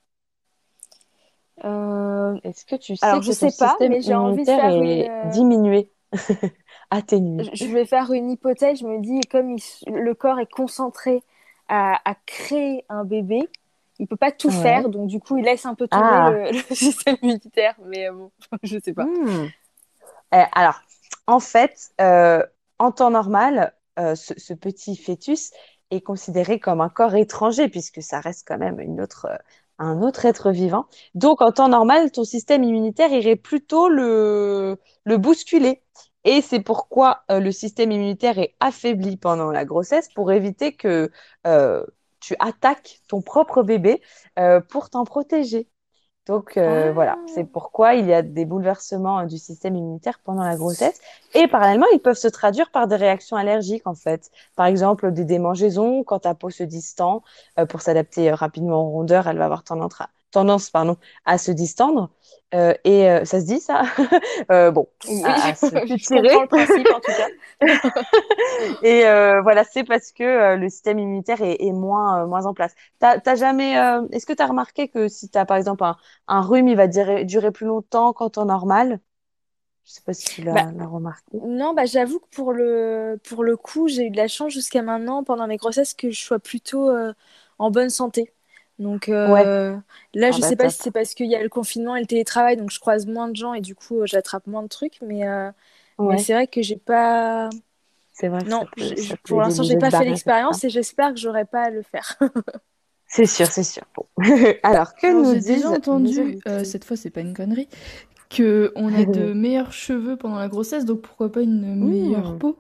Euh, Est-ce que tu sais alors, je que ton sais pas, système mais j'ai envie de immunitaire faire est diminué, atténué? je vais faire une hypothèse. Je me dis, comme le corps est concentré à créer un bébé, il peut pas tout Ouais. faire, donc du coup, il laisse un peu tomber Ah. le système immunitaire. Mais bon, je sais pas. Hmm. Alors, en fait, en temps normal, ce petit fœtus est considéré comme un corps étranger puisque ça reste quand même un autre être vivant. Donc, en temps normal, ton système immunitaire irait plutôt le bousculer. Et c'est pourquoi le système immunitaire est affaibli pendant la grossesse pour éviter que euh, tu attaques ton propre bébé pour t'en protéger. Donc voilà, c'est Ah, pourquoi il y a des bouleversements du système immunitaire pendant la grossesse. Et parallèlement, ils peuvent se traduire par des réactions allergiques en fait. Par exemple, des démangeaisons, quand ta peau se distend, pour s'adapter rapidement aux rondeurs, elle va avoir tendance pardon, à se distendre. Ça se dit ça? Bon, oui, à se je comprends tirer. le principe en tout cas. Et voilà, c'est parce que le système immunitaire est moins en place. Est-ce que tu as remarqué que si tu as par exemple un rhume, il va durer plus longtemps qu'en temps normal? Je sais pas si tu Bah, l'as remarqué. non, bah, j'avoue que pour le coup, j'ai eu de la chance jusqu'à maintenant, pendant mes grossesses, que je sois plutôt en bonne santé. Donc Ouais. là, Ah je bah sais pas top. si c'est parce qu'il y a le confinement et le télétravail, donc je croise moins de gens et du coup, j'attrape moins de trucs. Mais Ouais, c'est vrai que j'ai pas. c'est vrai que Non, ça peut pour aider l'instant, j'ai déjà de pas fait barrer certains. l'expérience et j'espère que j'aurai pas à le faire. C'est sûr, c'est sûr. Bon. Alors, que Alors nous j'ai déjà disent nos entendu, auditrices? cette fois c'est pas une connerie, que on a de meilleurs cheveux pendant la grossesse, donc pourquoi pas une meilleure Hmm. peau?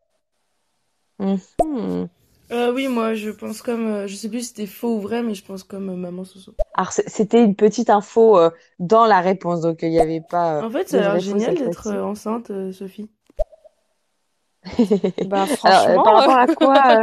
Mhm. Oui, moi, je pense comme... je sais plus si c'était faux ou vrai, mais je pense comme maman Soso. Alors, c'était une petite info dans la réponse, donc il n'y avait pas En fait, ça de a l'air vrai-faux génial cette d'être fois-ci. enceinte, Sophie. Bah, Alors, franchement, par rapport à quoi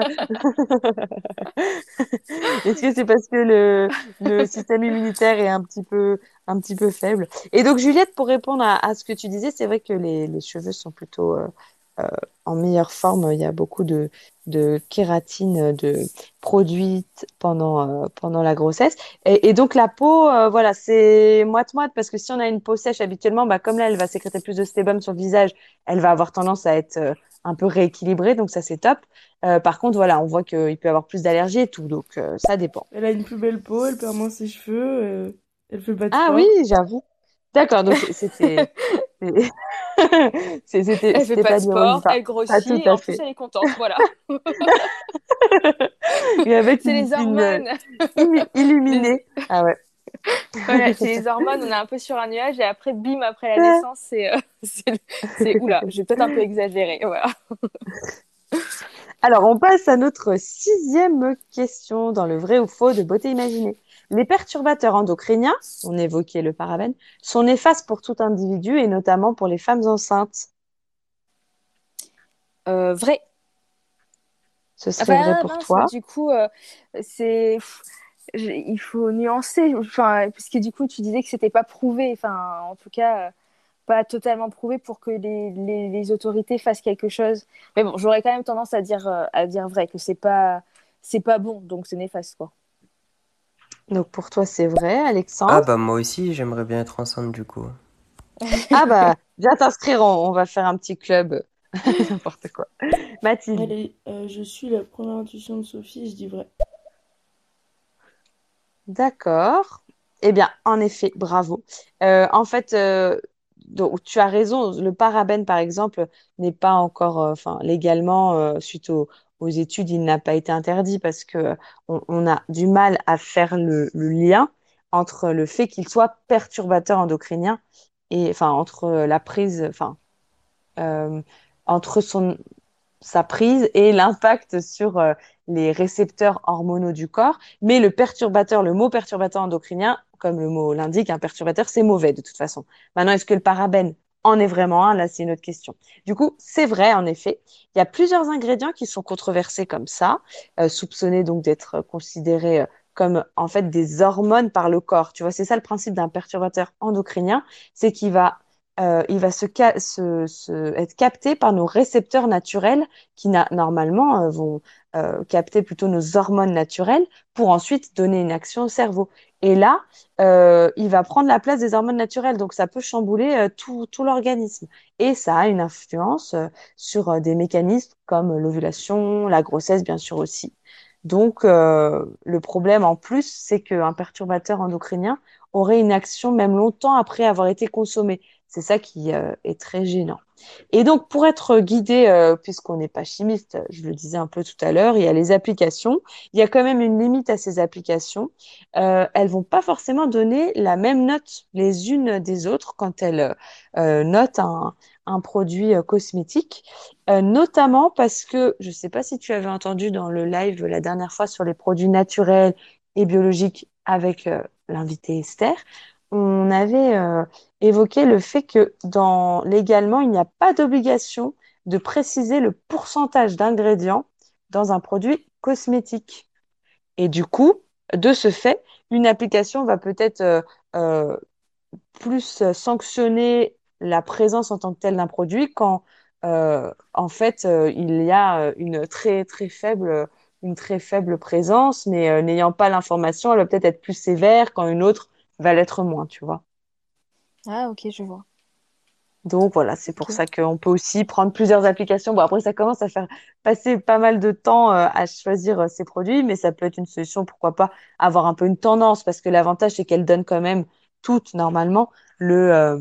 est-ce que c'est parce que le système immunitaire est un petit peu faible? Et donc, Juliette, pour répondre à ce que tu disais, c'est vrai que les cheveux sont plutôt euh, en meilleure forme. Il y a beaucoup de kératine produite pendant la grossesse. Et donc, la peau, voilà, c'est moite-moite parce que si on a une peau sèche habituellement, bah, comme là, elle va sécréter plus de sébum sur le visage, elle va avoir tendance à être un peu rééquilibrée. Donc, ça, c'est top. Par contre, voilà, on voit qu'il peut y avoir plus d'allergies et tout, donc ça dépend. Elle a une plus belle peau, elle perd moins ses cheveux, elle fait pas de Ah oui, sport. j'avoue. D'accord, donc c'est- elle fait c'était pas de pas l'ironie, sport, elle pas grossit tout et à en plus, fait. elle est contente. Voilà. Et avec C'est les une hormones. Les- illuminée. Ah ouais. Voilà, c'est les hormones, on est un peu sur un nuage et après, bim, après la naissance, c'est oula, j'ai peut-être un peu exagéré. Voilà. Alors, on passe à notre 6e question dans le vrai ou faux de beauté imaginée. Les perturbateurs endocriniens, on évoquait le parabène, sont néfastes pour tout individu et notamment pour les femmes enceintes. Vrai. Ce serait vrai Enfin, pour mince, toi. du coup, c'est... il faut nuancer, enfin, parce que du coup, tu disais que c'était pas prouvé, enfin, en tout cas, pas totalement prouvé pour que les autorités fassent quelque chose. Mais bon, j'aurais quand même tendance à dire vrai, que c'est pas bon, donc c'est néfaste, quoi. Donc pour toi, c'est vrai, Ah Alexandre. bah moi aussi, j'aimerais bien être enceinte du coup. Ah bah, viens t'inscrire, on va faire un petit club, n'importe quoi. Mathilde. Allez, je suis la première intuition de Sophie, je dis vrai. D'accord. Eh bien, en effet, bravo. En fait, donc, tu as raison. Le parabène, par exemple, n'est pas encore, enfin, légalement, suite aux études, il n'a pas été interdit parce que on a du mal à faire le lien entre le fait qu'il soit perturbateur endocrinien et, enfin, entre la prise, enfin, euh, entre sa prise et l'impact sur les récepteurs hormonaux du corps. Mais le perturbateur, le mot perturbateur endocrinien, comme le mot l'indique, un perturbateur, c'est mauvais de toute façon. Maintenant, est-ce que le parabène en est vraiment un? Là, c'est une autre question. Du coup, c'est vrai, en effet. Il y a plusieurs ingrédients qui sont controversés comme ça, soupçonnés donc d'être considérés comme en fait des hormones par le corps. Tu vois, c'est ça le principe d'un perturbateur endocrinien, c'est il va être capté par nos récepteurs naturels qui normalement vont capter plutôt nos hormones naturelles pour ensuite donner une action au cerveau. Et là, il va prendre la place des hormones naturelles, donc ça peut chambouler tout l'organisme. Et ça a une influence sur des mécanismes comme l'ovulation, la grossesse, bien sûr aussi. Donc, le problème en plus, c'est qu'un perturbateur endocrinien aurait une action même longtemps après avoir été consommé. C'est ça qui est très gênant. Et donc, pour être guidé, puisqu'on n'est pas chimiste, je le disais un peu tout à l'heure, il y a les applications. Il y a quand même une limite à ces applications. Elles vont pas forcément donner la même note les unes des autres quand elles notent un produit cosmétique, notamment parce que, je ne sais pas si tu avais entendu dans le live la dernière fois sur les produits naturels et biologiques avec l'invité Esther, on avait évoqué le fait que légalement, il n'y a pas d'obligation de préciser le pourcentage d'ingrédients dans un produit cosmétique. Et du coup, de ce fait, une application va peut-être euh, plus sanctionner la présence en tant que telle d'un produit quand en fait il y a une très faible présence, mais n'ayant pas l'information, elle va peut-être être plus sévère quand une autre va l'être moins, tu vois. Ah, ok, je vois. Donc voilà, c'est pour Ok. ça qu'on peut aussi prendre plusieurs applications. Bon, après, ça commence à faire passer pas mal de temps à choisir ces produits, mais ça peut être une solution, pourquoi pas, avoir un peu une tendance, parce que l'avantage, c'est qu'elle donne quand même toutes, normalement, le, euh,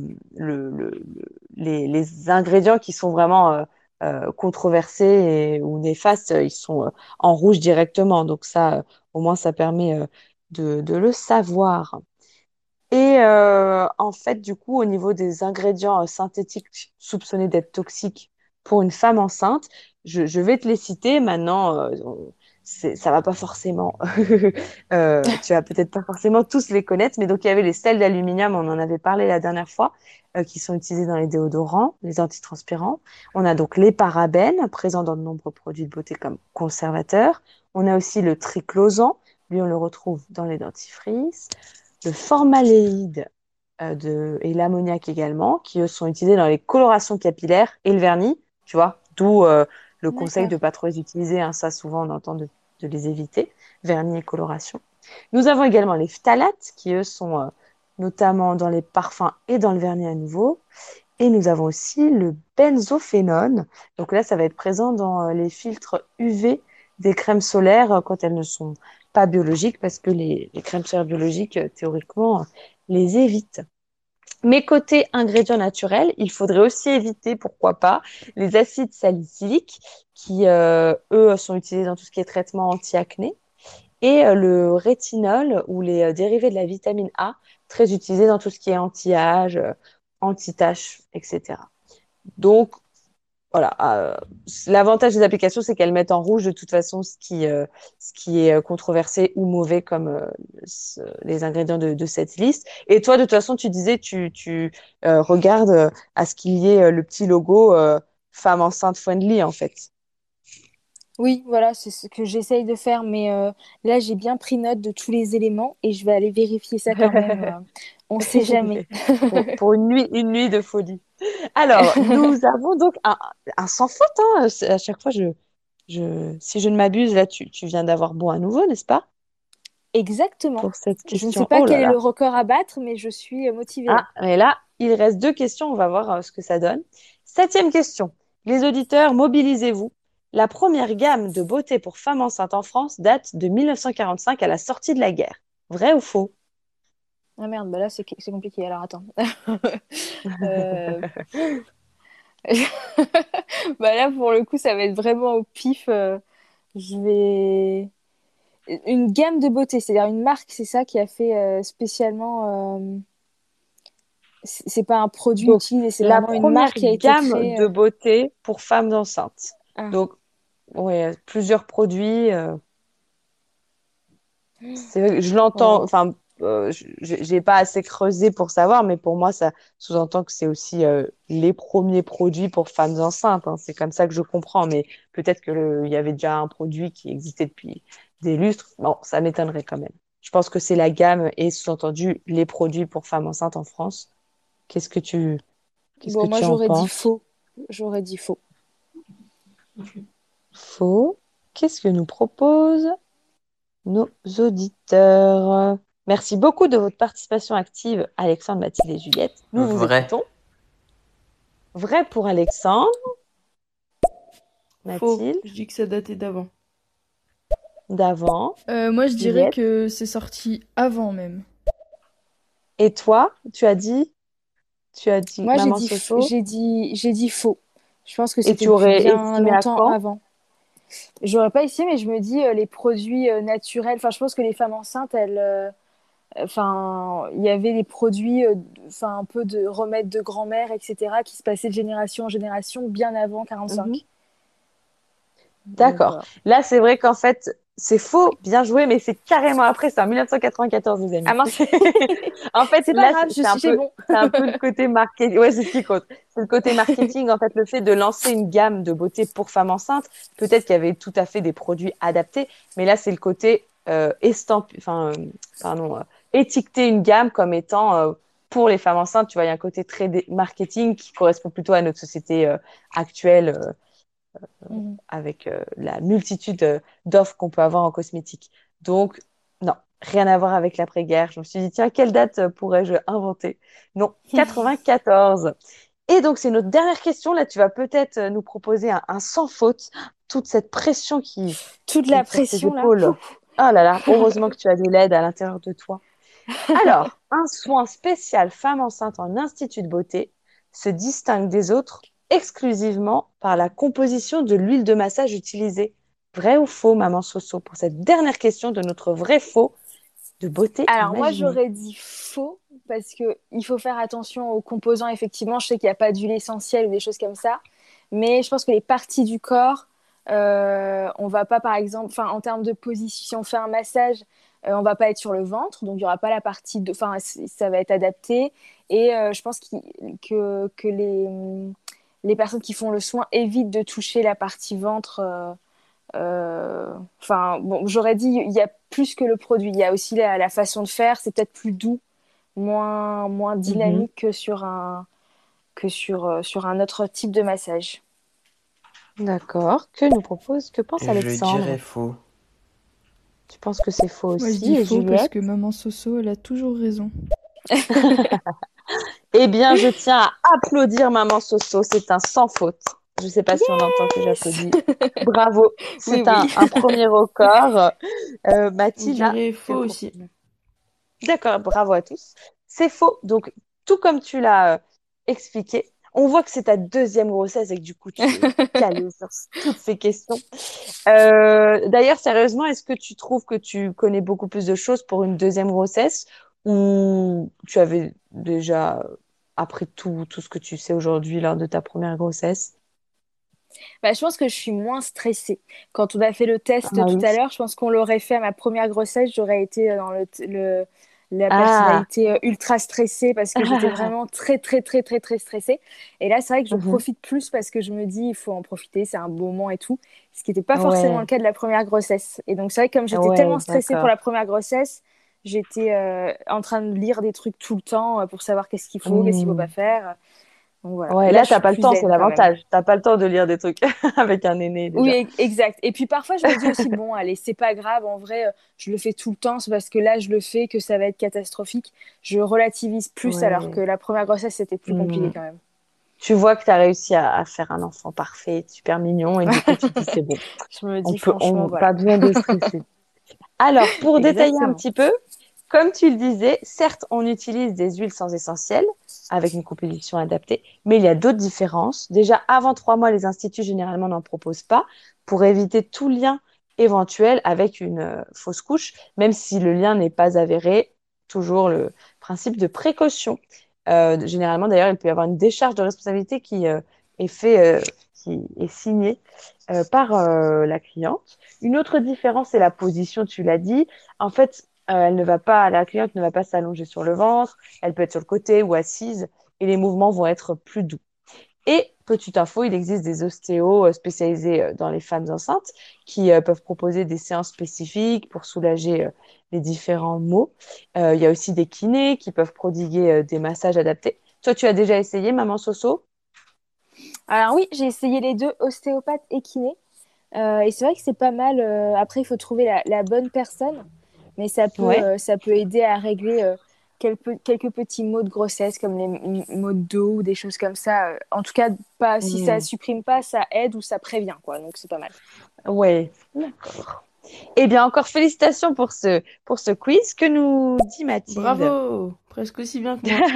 les ingrédients qui sont vraiment controversés ou néfastes, ils sont en rouge directement. Donc ça, au moins, ça permet de le savoir. Et en fait, du coup, au niveau des ingrédients synthétiques soupçonnés d'être toxiques pour une femme enceinte, je vais te les citer. Maintenant, ça va pas forcément. Tu vas peut-être pas forcément tous les connaître, mais donc il y avait les sels d'aluminium, on en avait parlé la dernière fois, qui sont utilisés dans les déodorants, les antitranspirants. On a donc les parabènes, présents dans de nombreux produits de beauté comme conservateurs. On a aussi le triclosan, lui on le retrouve dans les dentifrices, le formaldéhyde et l'ammoniac également, qui eux sont utilisés dans les colorations capillaires et le vernis, tu vois, d'où le conseil de D'accord. ne pas trop les utiliser, hein, ça souvent on entend de les éviter, vernis et coloration. Nous avons également les phtalates, qui eux sont notamment dans les parfums et dans le vernis à nouveau. Et nous avons aussi le benzophénone. Donc là, ça va être présent dans les filtres UV des crèmes solaires quand elles ne sont pas biologiques, parce que les crèmes solaires biologiques, théoriquement, les évitent. Mais côté ingrédients naturels, il faudrait aussi éviter, pourquoi pas, les acides salicyliques qui, eux, sont utilisés dans tout ce qui est traitement anti-acné, et le rétinol ou les dérivés de la vitamine A, très utilisés dans tout ce qui est anti-âge, anti-taches, etc. Donc, voilà, l'avantage des applications, c'est qu'elles mettent en rouge de toute façon ce qui est controversé ou mauvais comme les ingrédients de cette liste. Et toi, de toute façon, tu disais, tu regardes à ce qu'il y ait le petit logo femme enceinte friendly, en fait. Oui, voilà, c'est ce que j'essaye de faire, mais là, j'ai bien pris note de tous les éléments et je vais aller vérifier ça quand même. On sait jamais. Pour une nuit de folie. Alors, nous avons donc un sans faute, hein. À chaque fois, si je ne m'abuse, là, tu viens d'avoir bon à nouveau, n'est-ce pas? Exactement. Pour cette Je ne sais question. pas Oh quel là est le là. record à battre, mais je suis motivée Ah, là. mais là, il reste deux questions. On va voir ce que ça donne. Septième question. Les auditeurs, mobilisez-vous. La première gamme de beauté pour femmes enceintes en France date de 1945 à la sortie de la guerre. Vrai ou faux? Ah merde, bah là, c'est compliqué. Alors, attends. Euh, Bah là, pour le coup, ça va être vraiment au pif. Je vais... Une gamme de beauté, c'est-à-dire une marque, c'est ça qui a fait spécialement... C'est pas un produit Donc, utilisé, c'est la vraiment une première marque qui a été gamme créée. de beauté pour femmes enceintes. Ah. Donc, ouais, plusieurs produits. C'est vrai que je l'entends, Oh. enfin, j'ai pas assez creusé pour savoir, mais pour moi, ça sous-entend que c'est aussi les premiers produits pour femmes enceintes, hein. C'est comme ça que je comprends, mais peut-être il y avait déjà un produit qui existait depuis des lustres. Bon, ça m'étonnerait quand même. Je pense que c'est la gamme et sous-entendu les produits pour femmes enceintes en France. Qu'est-ce que tu, qu'est-ce que Bon, moi, tu en j'aurais dit penses? faux. J'aurais dit faux. Faux. Qu'est-ce que nous proposent nos auditeurs? Merci beaucoup de votre participation active, Alexandre, Mathilde et Juliette. Nous vous Vrai. écoutons. Vrai pour Alexandre, Faux. Mathilde, Je dis que ça datait d'avant. d'avant, Moi, je dirais Juliette. que c'est sorti avant même. Et toi, tu as dit Moi, Maman Soso. j'ai dit faux. Je pense que Et c'était tu depuis aurais bien estimé à longtemps quand? avant. J'aurais pas essayé, mais je me dis les produits naturels. Enfin, je pense que les femmes enceintes, enfin, il y avait des produits, enfin, un peu de remèdes de grand-mère, etc., qui se passaient de génération en génération bien avant Mhm. 45. Donc D'accord. voilà. Là, c'est vrai qu'en fait, c'est faux, bien joué, mais c'est carrément après, c'est en 1994, les Ah amis. mince, En fait, c'est pas là, grave, j'ai bon. c'est un peu le côté marketing. Ouais, c'est ce qui compte. C'est le côté marketing, en fait, le fait de lancer une gamme de beauté pour femmes enceintes. Peut-être qu'il y avait tout à fait des produits adaptés, mais là, c'est le côté pardon, étiqueter une gamme comme étant pour les femmes enceintes. Tu vois, il y a un côté très marketing qui correspond plutôt à notre société actuelle. Mhm. Avec la multitude d'offres qu'on peut avoir en cosmétique. Donc, non, rien à voir avec l'après-guerre. Je me suis dit, tiens, quelle date pourrais-je inventer? Non, 94. Et donc, c'est notre dernière question. Là, tu vas peut-être nous proposer un sans faute, toute cette pression Toute qui la est sur tes pression là. épaules. Oh là là, heureusement que tu as de l'aide à l'intérieur de toi. Alors, un soin spécial femme enceinte en institut de beauté se distingue des autres exclusivement par la composition de l'huile de massage utilisée. Vrai ou faux, maman Soso, pour cette dernière question de notre vrai faux de beauté Alors moi imaginée? j'aurais dit faux parce que il faut faire attention aux composants. Effectivement, je sais qu'il n'y a pas d'huile essentielle ou des choses comme ça, mais je pense que les parties du corps, on va pas par exemple, enfin en termes de position, si on fait un massage, on va pas être sur le ventre, donc il y aura pas la partie de, enfin ça va être adapté. Et je pense que les personnes qui font le soin évitent de toucher la partie ventre. Enfin, bon, j'aurais dit, il y a plus que le produit. Il y a aussi la façon de faire. C'est peut-être plus doux, moins Mhm. dynamique que sur un autre type de massage. D'accord. Que pense Je dirais Alexandre? faux. Tu penses que c'est faux Moi, je aussi? dis Et faux parce Juliette? que maman Soso, elle a toujours raison. Eh bien, je tiens à applaudir maman Soso. C'est un sans faute. Je ne sais pas si on entend que Yes. j'applaudis. Bravo. Oui, C'est oui. un premier record. Je Mathilde, dirais tu faux le aussi. confirmes. D'accord, bravo à tous. C'est faux. Donc, tout comme tu l'as expliqué, on voit que c'est ta deuxième grossesse et que du coup, tu es calée sur toutes ces questions. D'ailleurs, sérieusement, est-ce que tu trouves que tu connais beaucoup plus de choses pour une deuxième grossesse ou tu avais déjà appris tout ce que tu sais aujourd'hui lors de ta première grossesse? Bah, je pense que je suis moins stressée. Quand on a fait le test Ah tout oui. à l'heure, je pense qu'on l'aurait fait à ma première grossesse, j'aurais été dans la Ah. personnalité ultra stressée parce que j'étais vraiment très, très, très, très, très stressée. Et là, c'est vrai que je Mhm. profite plus parce que je me dis, il faut en profiter, c'est un beau moment et tout. Ce qui n'était pas forcément le Ouais, cas de la première grossesse. Et donc, c'est vrai que comme j'étais ouais, tellement stressée pour d'accord. la première grossesse, j'étais en train de lire des trucs tout le temps pour savoir qu'est-ce qu'il faut pas Hmm. faire. Donc voilà. Ouais, Et là, là, je t'as suis pas le plus temps, c'est zen quand même. l'avantage. T'as pas le temps de lire des trucs avec un aîné Oui, déjà. exact. Et puis parfois, je me dis aussi, bon, allez, c'est pas grave, en vrai, je le fais tout le temps, c'est parce que là, je le fais que ça va être catastrophique. Je relativise plus, alors que Ouais. la première grossesse, c'était plus compliqué Hmm. quand même. Tu vois que tu as réussi à faire un enfant parfait, super mignon, et du coup, tu te dis, c'est bon, Je me dis, franchement, on, voilà. pas besoin de stresser. Alors, pour détailler un Exactement. petit peu, comme tu le disais, certes, on utilise des huiles sans essentiel avec une composition adaptée, mais il y a d'autres différences. Déjà, avant 3 mois, les instituts généralement n'en proposent pas pour éviter tout lien éventuel avec une fausse couche, même si le lien n'est pas avéré, toujours le principe de précaution. Généralement, d'ailleurs, il peut y avoir une décharge de responsabilité est qui est signée par la cliente. Une autre différence, c'est la position, tu l'as dit. En fait, la cliente ne va pas s'allonger sur le ventre, elle peut être sur le côté ou assise et les mouvements vont être plus doux. Et petite info, il existe des ostéos spécialisés dans les femmes enceintes qui peuvent proposer des séances spécifiques pour soulager les différents maux. Il y a aussi des kinés qui peuvent prodiguer des massages adaptés. Toi, tu as déjà essayé, maman Soso? Alors oui, j'ai essayé les deux, ostéopathe et kiné. Et c'est vrai que c'est pas mal. Après, il faut trouver la bonne personne. Mais Ouais. ça peut aider à régler quelques petits maux de grossesse, comme les maux de dos ou des choses comme ça. En tout cas, pas, si ça Mm. supprime pas, ça aide ou ça prévient, quoi. Donc, c'est pas mal. Ouais. Eh bien, encore félicitations pour ce quiz. Que nous dit Mathilde? Bravo! Presque aussi bien que moi.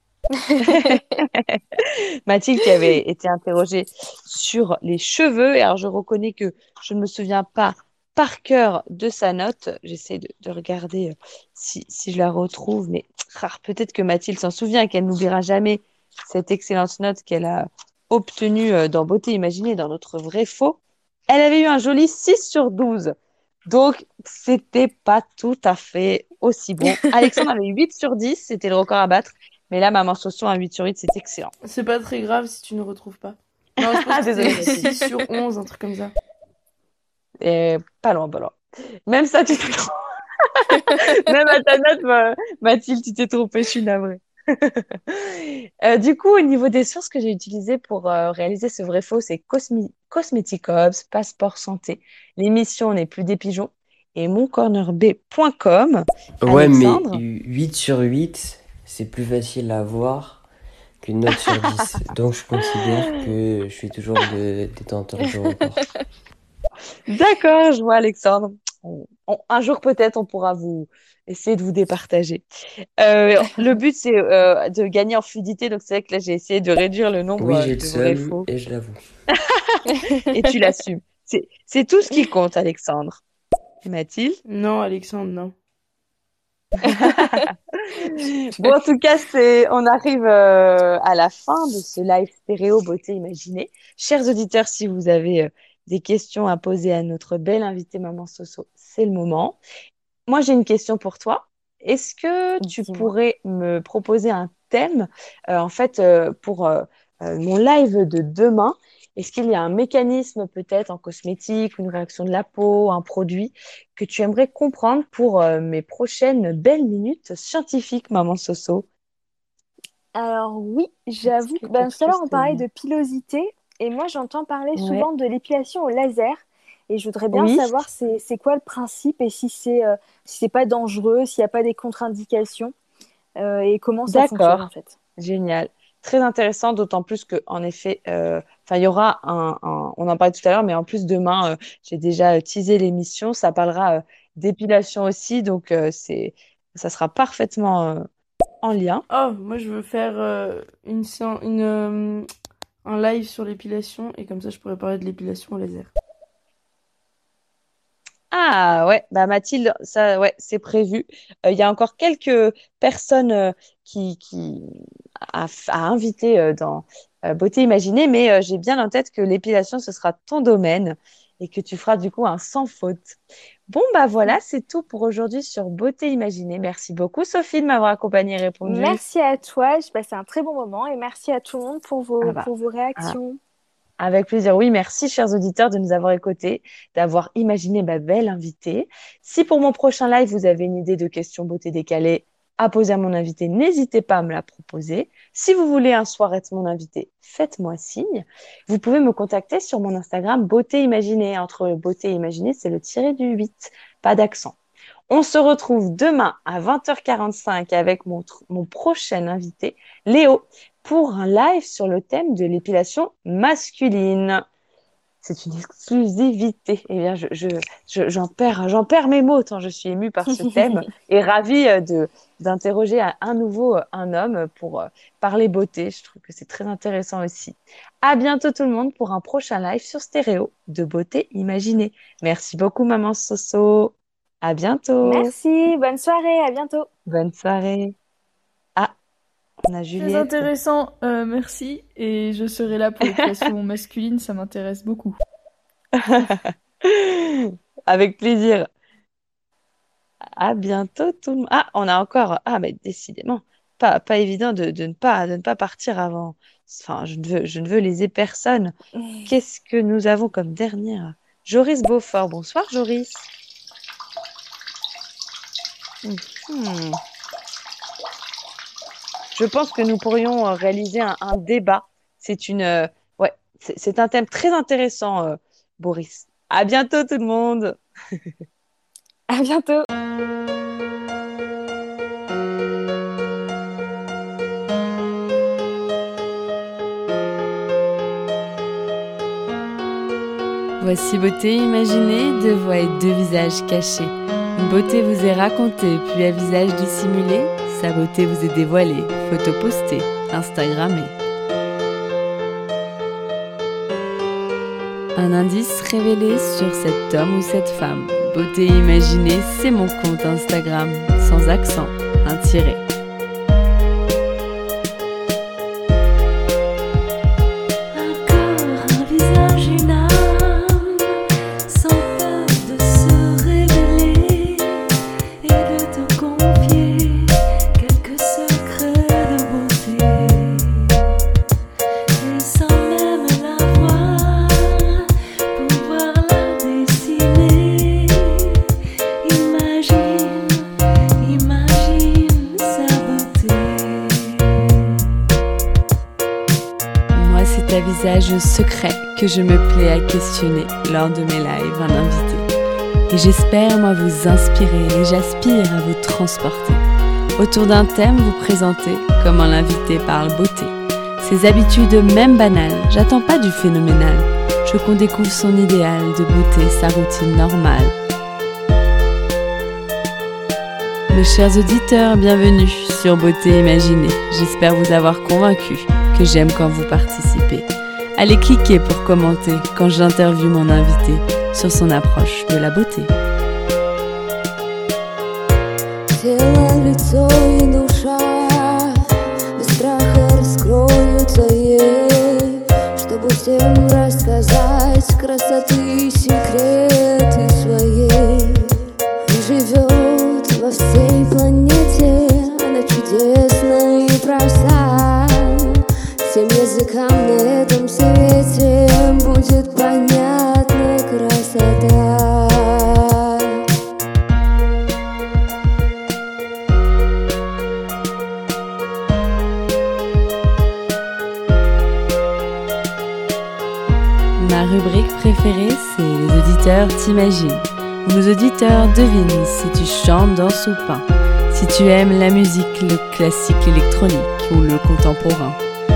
Mathilde qui avait été interrogée sur les cheveux. Et alors, je reconnais que je ne me souviens pas par cœur de sa note. J'essaie de regarder si je la retrouve. Mais peut-être que Mathilde s'en souvient et qu'elle n'oubliera jamais cette excellente note qu'elle a obtenue dans Beauté Imaginée, dans notre vrai faux. Elle avait eu un joli 6/12. Donc, c'était pas tout à fait aussi bon. Alexandre avait 8/10, c'était le record à battre. Mais là, Maman Soso, un 8/8, c'est excellent. C'est pas très grave si tu ne retrouves pas. Non, je pense Ah, que désolée, c'était Mathilde. 6/11, un truc comme ça. Et pas loin, pas loin. Même ça, tu t'es trompée. Même à ta note, Mathilde, tu t'es trompée, je suis navrée. Du coup, au niveau des sources que j'ai utilisées pour réaliser ce vrai faux, c'est Cosmetic Passeport Santé, l'émission N'est plus des pigeons et moncornerb.com. Ouais, mais Alexandre? 8/8, c'est plus facile à voir qu'une note sur 10. Donc je considère que je suis toujours le détenteur du record. D'accord, je vois Alexandre. Un jour peut-être, on pourra vous essayer de vous départager. Le but, c'est de gagner en fluidité. Donc, c'est vrai que là, j'ai essayé de réduire le nombre Oui, j'ai le de vrais seum faux. et je l'avoue. Et tu l'assumes. C'est tout ce qui compte, Alexandre. Et Mathilde? Non, Alexandre, non. Bon, en tout cas, on arrive à la fin de ce live stéréo beauté imaginée. Chers auditeurs, si vous avez des questions à poser à notre belle invitée Maman Soso, c'est le moment. Moi, j'ai une question pour toi. Est-ce que tu Dis-moi. pourrais me proposer un thème, en fait, pour mon live de demain? Est-ce qu'il y a un mécanisme peut-être en cosmétique, une réaction de la peau, un produit que tu aimerais comprendre pour mes prochaines belles minutes scientifiques, Maman Soso? Alors oui, Est-ce j'avoue que que quelque tout à l'heure chose on te parlait vient? de pilosité et moi j'entends parler Ouais. souvent de l'épilation au laser et je voudrais bien Oui, savoir c'est quoi le principe et si c'est pas dangereux, s'il n'y a pas des contre-indications et comment ça fonctionne en d'accord. fait. Génial. Très intéressant, d'autant plus que, en effet, enfin, il y aura on en parlait tout à l'heure, mais en plus, demain, j'ai déjà teasé l'émission, ça parlera d'épilation aussi, donc ça sera parfaitement en lien. Oh, moi je veux faire un live sur l'épilation et comme ça je pourrais parler de l'épilation au laser. Ah ouais, bah Mathilde, ça ouais, c'est prévu. Il y a encore quelques personnes qui à inviter dans Beauté Imaginée, mais j'ai bien en tête que l'épilation, ce sera ton domaine et que tu feras du coup un sans faute. Bon, bah voilà, c'est tout pour aujourd'hui sur Beauté Imaginée. Merci beaucoup, Sophie, de m'avoir accompagnée et répondu. Merci à toi, j'ai passé un très bon moment et merci à tout le monde pour Ah bah, pour vos ah, réactions. avec plaisir. Oui, merci, chers auditeurs, de nous avoir écoutés, d'avoir imaginé ma belle invitée. Si pour mon prochain live, vous avez une idée de questions beauté décalée à poser à mon invité, n'hésitez pas à me la proposer. Si vous voulez un soir être mon invité, faites-moi signe. Vous pouvez me contacter sur mon Instagram Beauté Imaginée. Entre Beauté et Imaginée, c'est le tiré du 8, pas d'accent. On se retrouve demain à 20h45 avec mon prochain invité, Léo, pour un live sur le thème de l'épilation masculine. C'est une exclusivité. Eh bien, j'en perds mes mots tant je suis émue par ce thème et ravie d'interroger à nouveau un homme pour parler beauté. Je trouve que c'est très intéressant aussi. À bientôt tout le monde pour un prochain live sur Stéréo de Beauté Imaginée. Merci beaucoup, maman Soso. À bientôt. Merci, bonne soirée, à bientôt. Bonne soirée. Ah, on a Très Juliette. intéressant, merci. Et je serai là pour l'épilation masculine, ça m'intéresse beaucoup. Avec plaisir. À bientôt tout le monde. Ah, on a encore. Ah, mais décidément, pas évident de ne pas partir avant. Enfin, je ne veux léser personne. Qu'est-ce que nous avons comme dernière? Joris Beaufort. Bonsoir, Joris. Mhm. Je pense que nous pourrions réaliser un débat. Ouais, c'est un thème très intéressant, Boris. À bientôt tout le monde. À bientôt. Voici Beauté Imaginée, 2 voix et 2 visages cachés. Une beauté vous est racontée, puis à visage dissimulé, sa beauté vous est dévoilée, photo postée, Instagrammée. Un indice révélé sur cet homme ou cette femme. Beauté Imaginée, c'est mon compte Instagram, sans accent, un tiret. Visage secret que je me plais à questionner lors de mes lives un invité. Et j'espère moi vous inspirer et j'aspire à vous transporter. Autour d'un thème vous présenter comment l'invité parle beauté. Ses habitudes même banales, j'attends pas du phénoménal. Je veux qu'on découvre son idéal de beauté, sa routine normale. Mes chers auditeurs, bienvenue sur Beauté Imaginée. J'espère vous avoir convaincu que j'aime quand vous participez. Allez cliquer pour commenter quand j'interviewe mon invité sur son approche de la beauté. Тело, лицо и душа без страха раскроются ей, чтобы всем рассказать красоты и секреты своей. И живет во всей планете, она чудесна и проста. Всем языкам на этом свете будет понятна красота. Ma rubrique préférée, c'est Les auditeurs t'imaginent, où nos auditeurs devinent si tu chantes, danses ou peins, si tu aimes la musique, le classique, l'électronique ou le contemporain.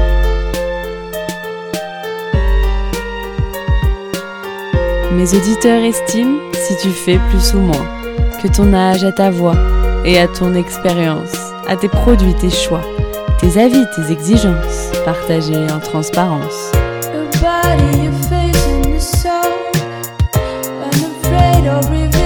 Mes auditeurs estiment si tu fais plus ou moins, que ton âge à ta voix et à ton expérience, à tes produits, tes choix, tes avis, tes exigences, partagés en transparence. Your body, your face and your soul, unafraid of revealing.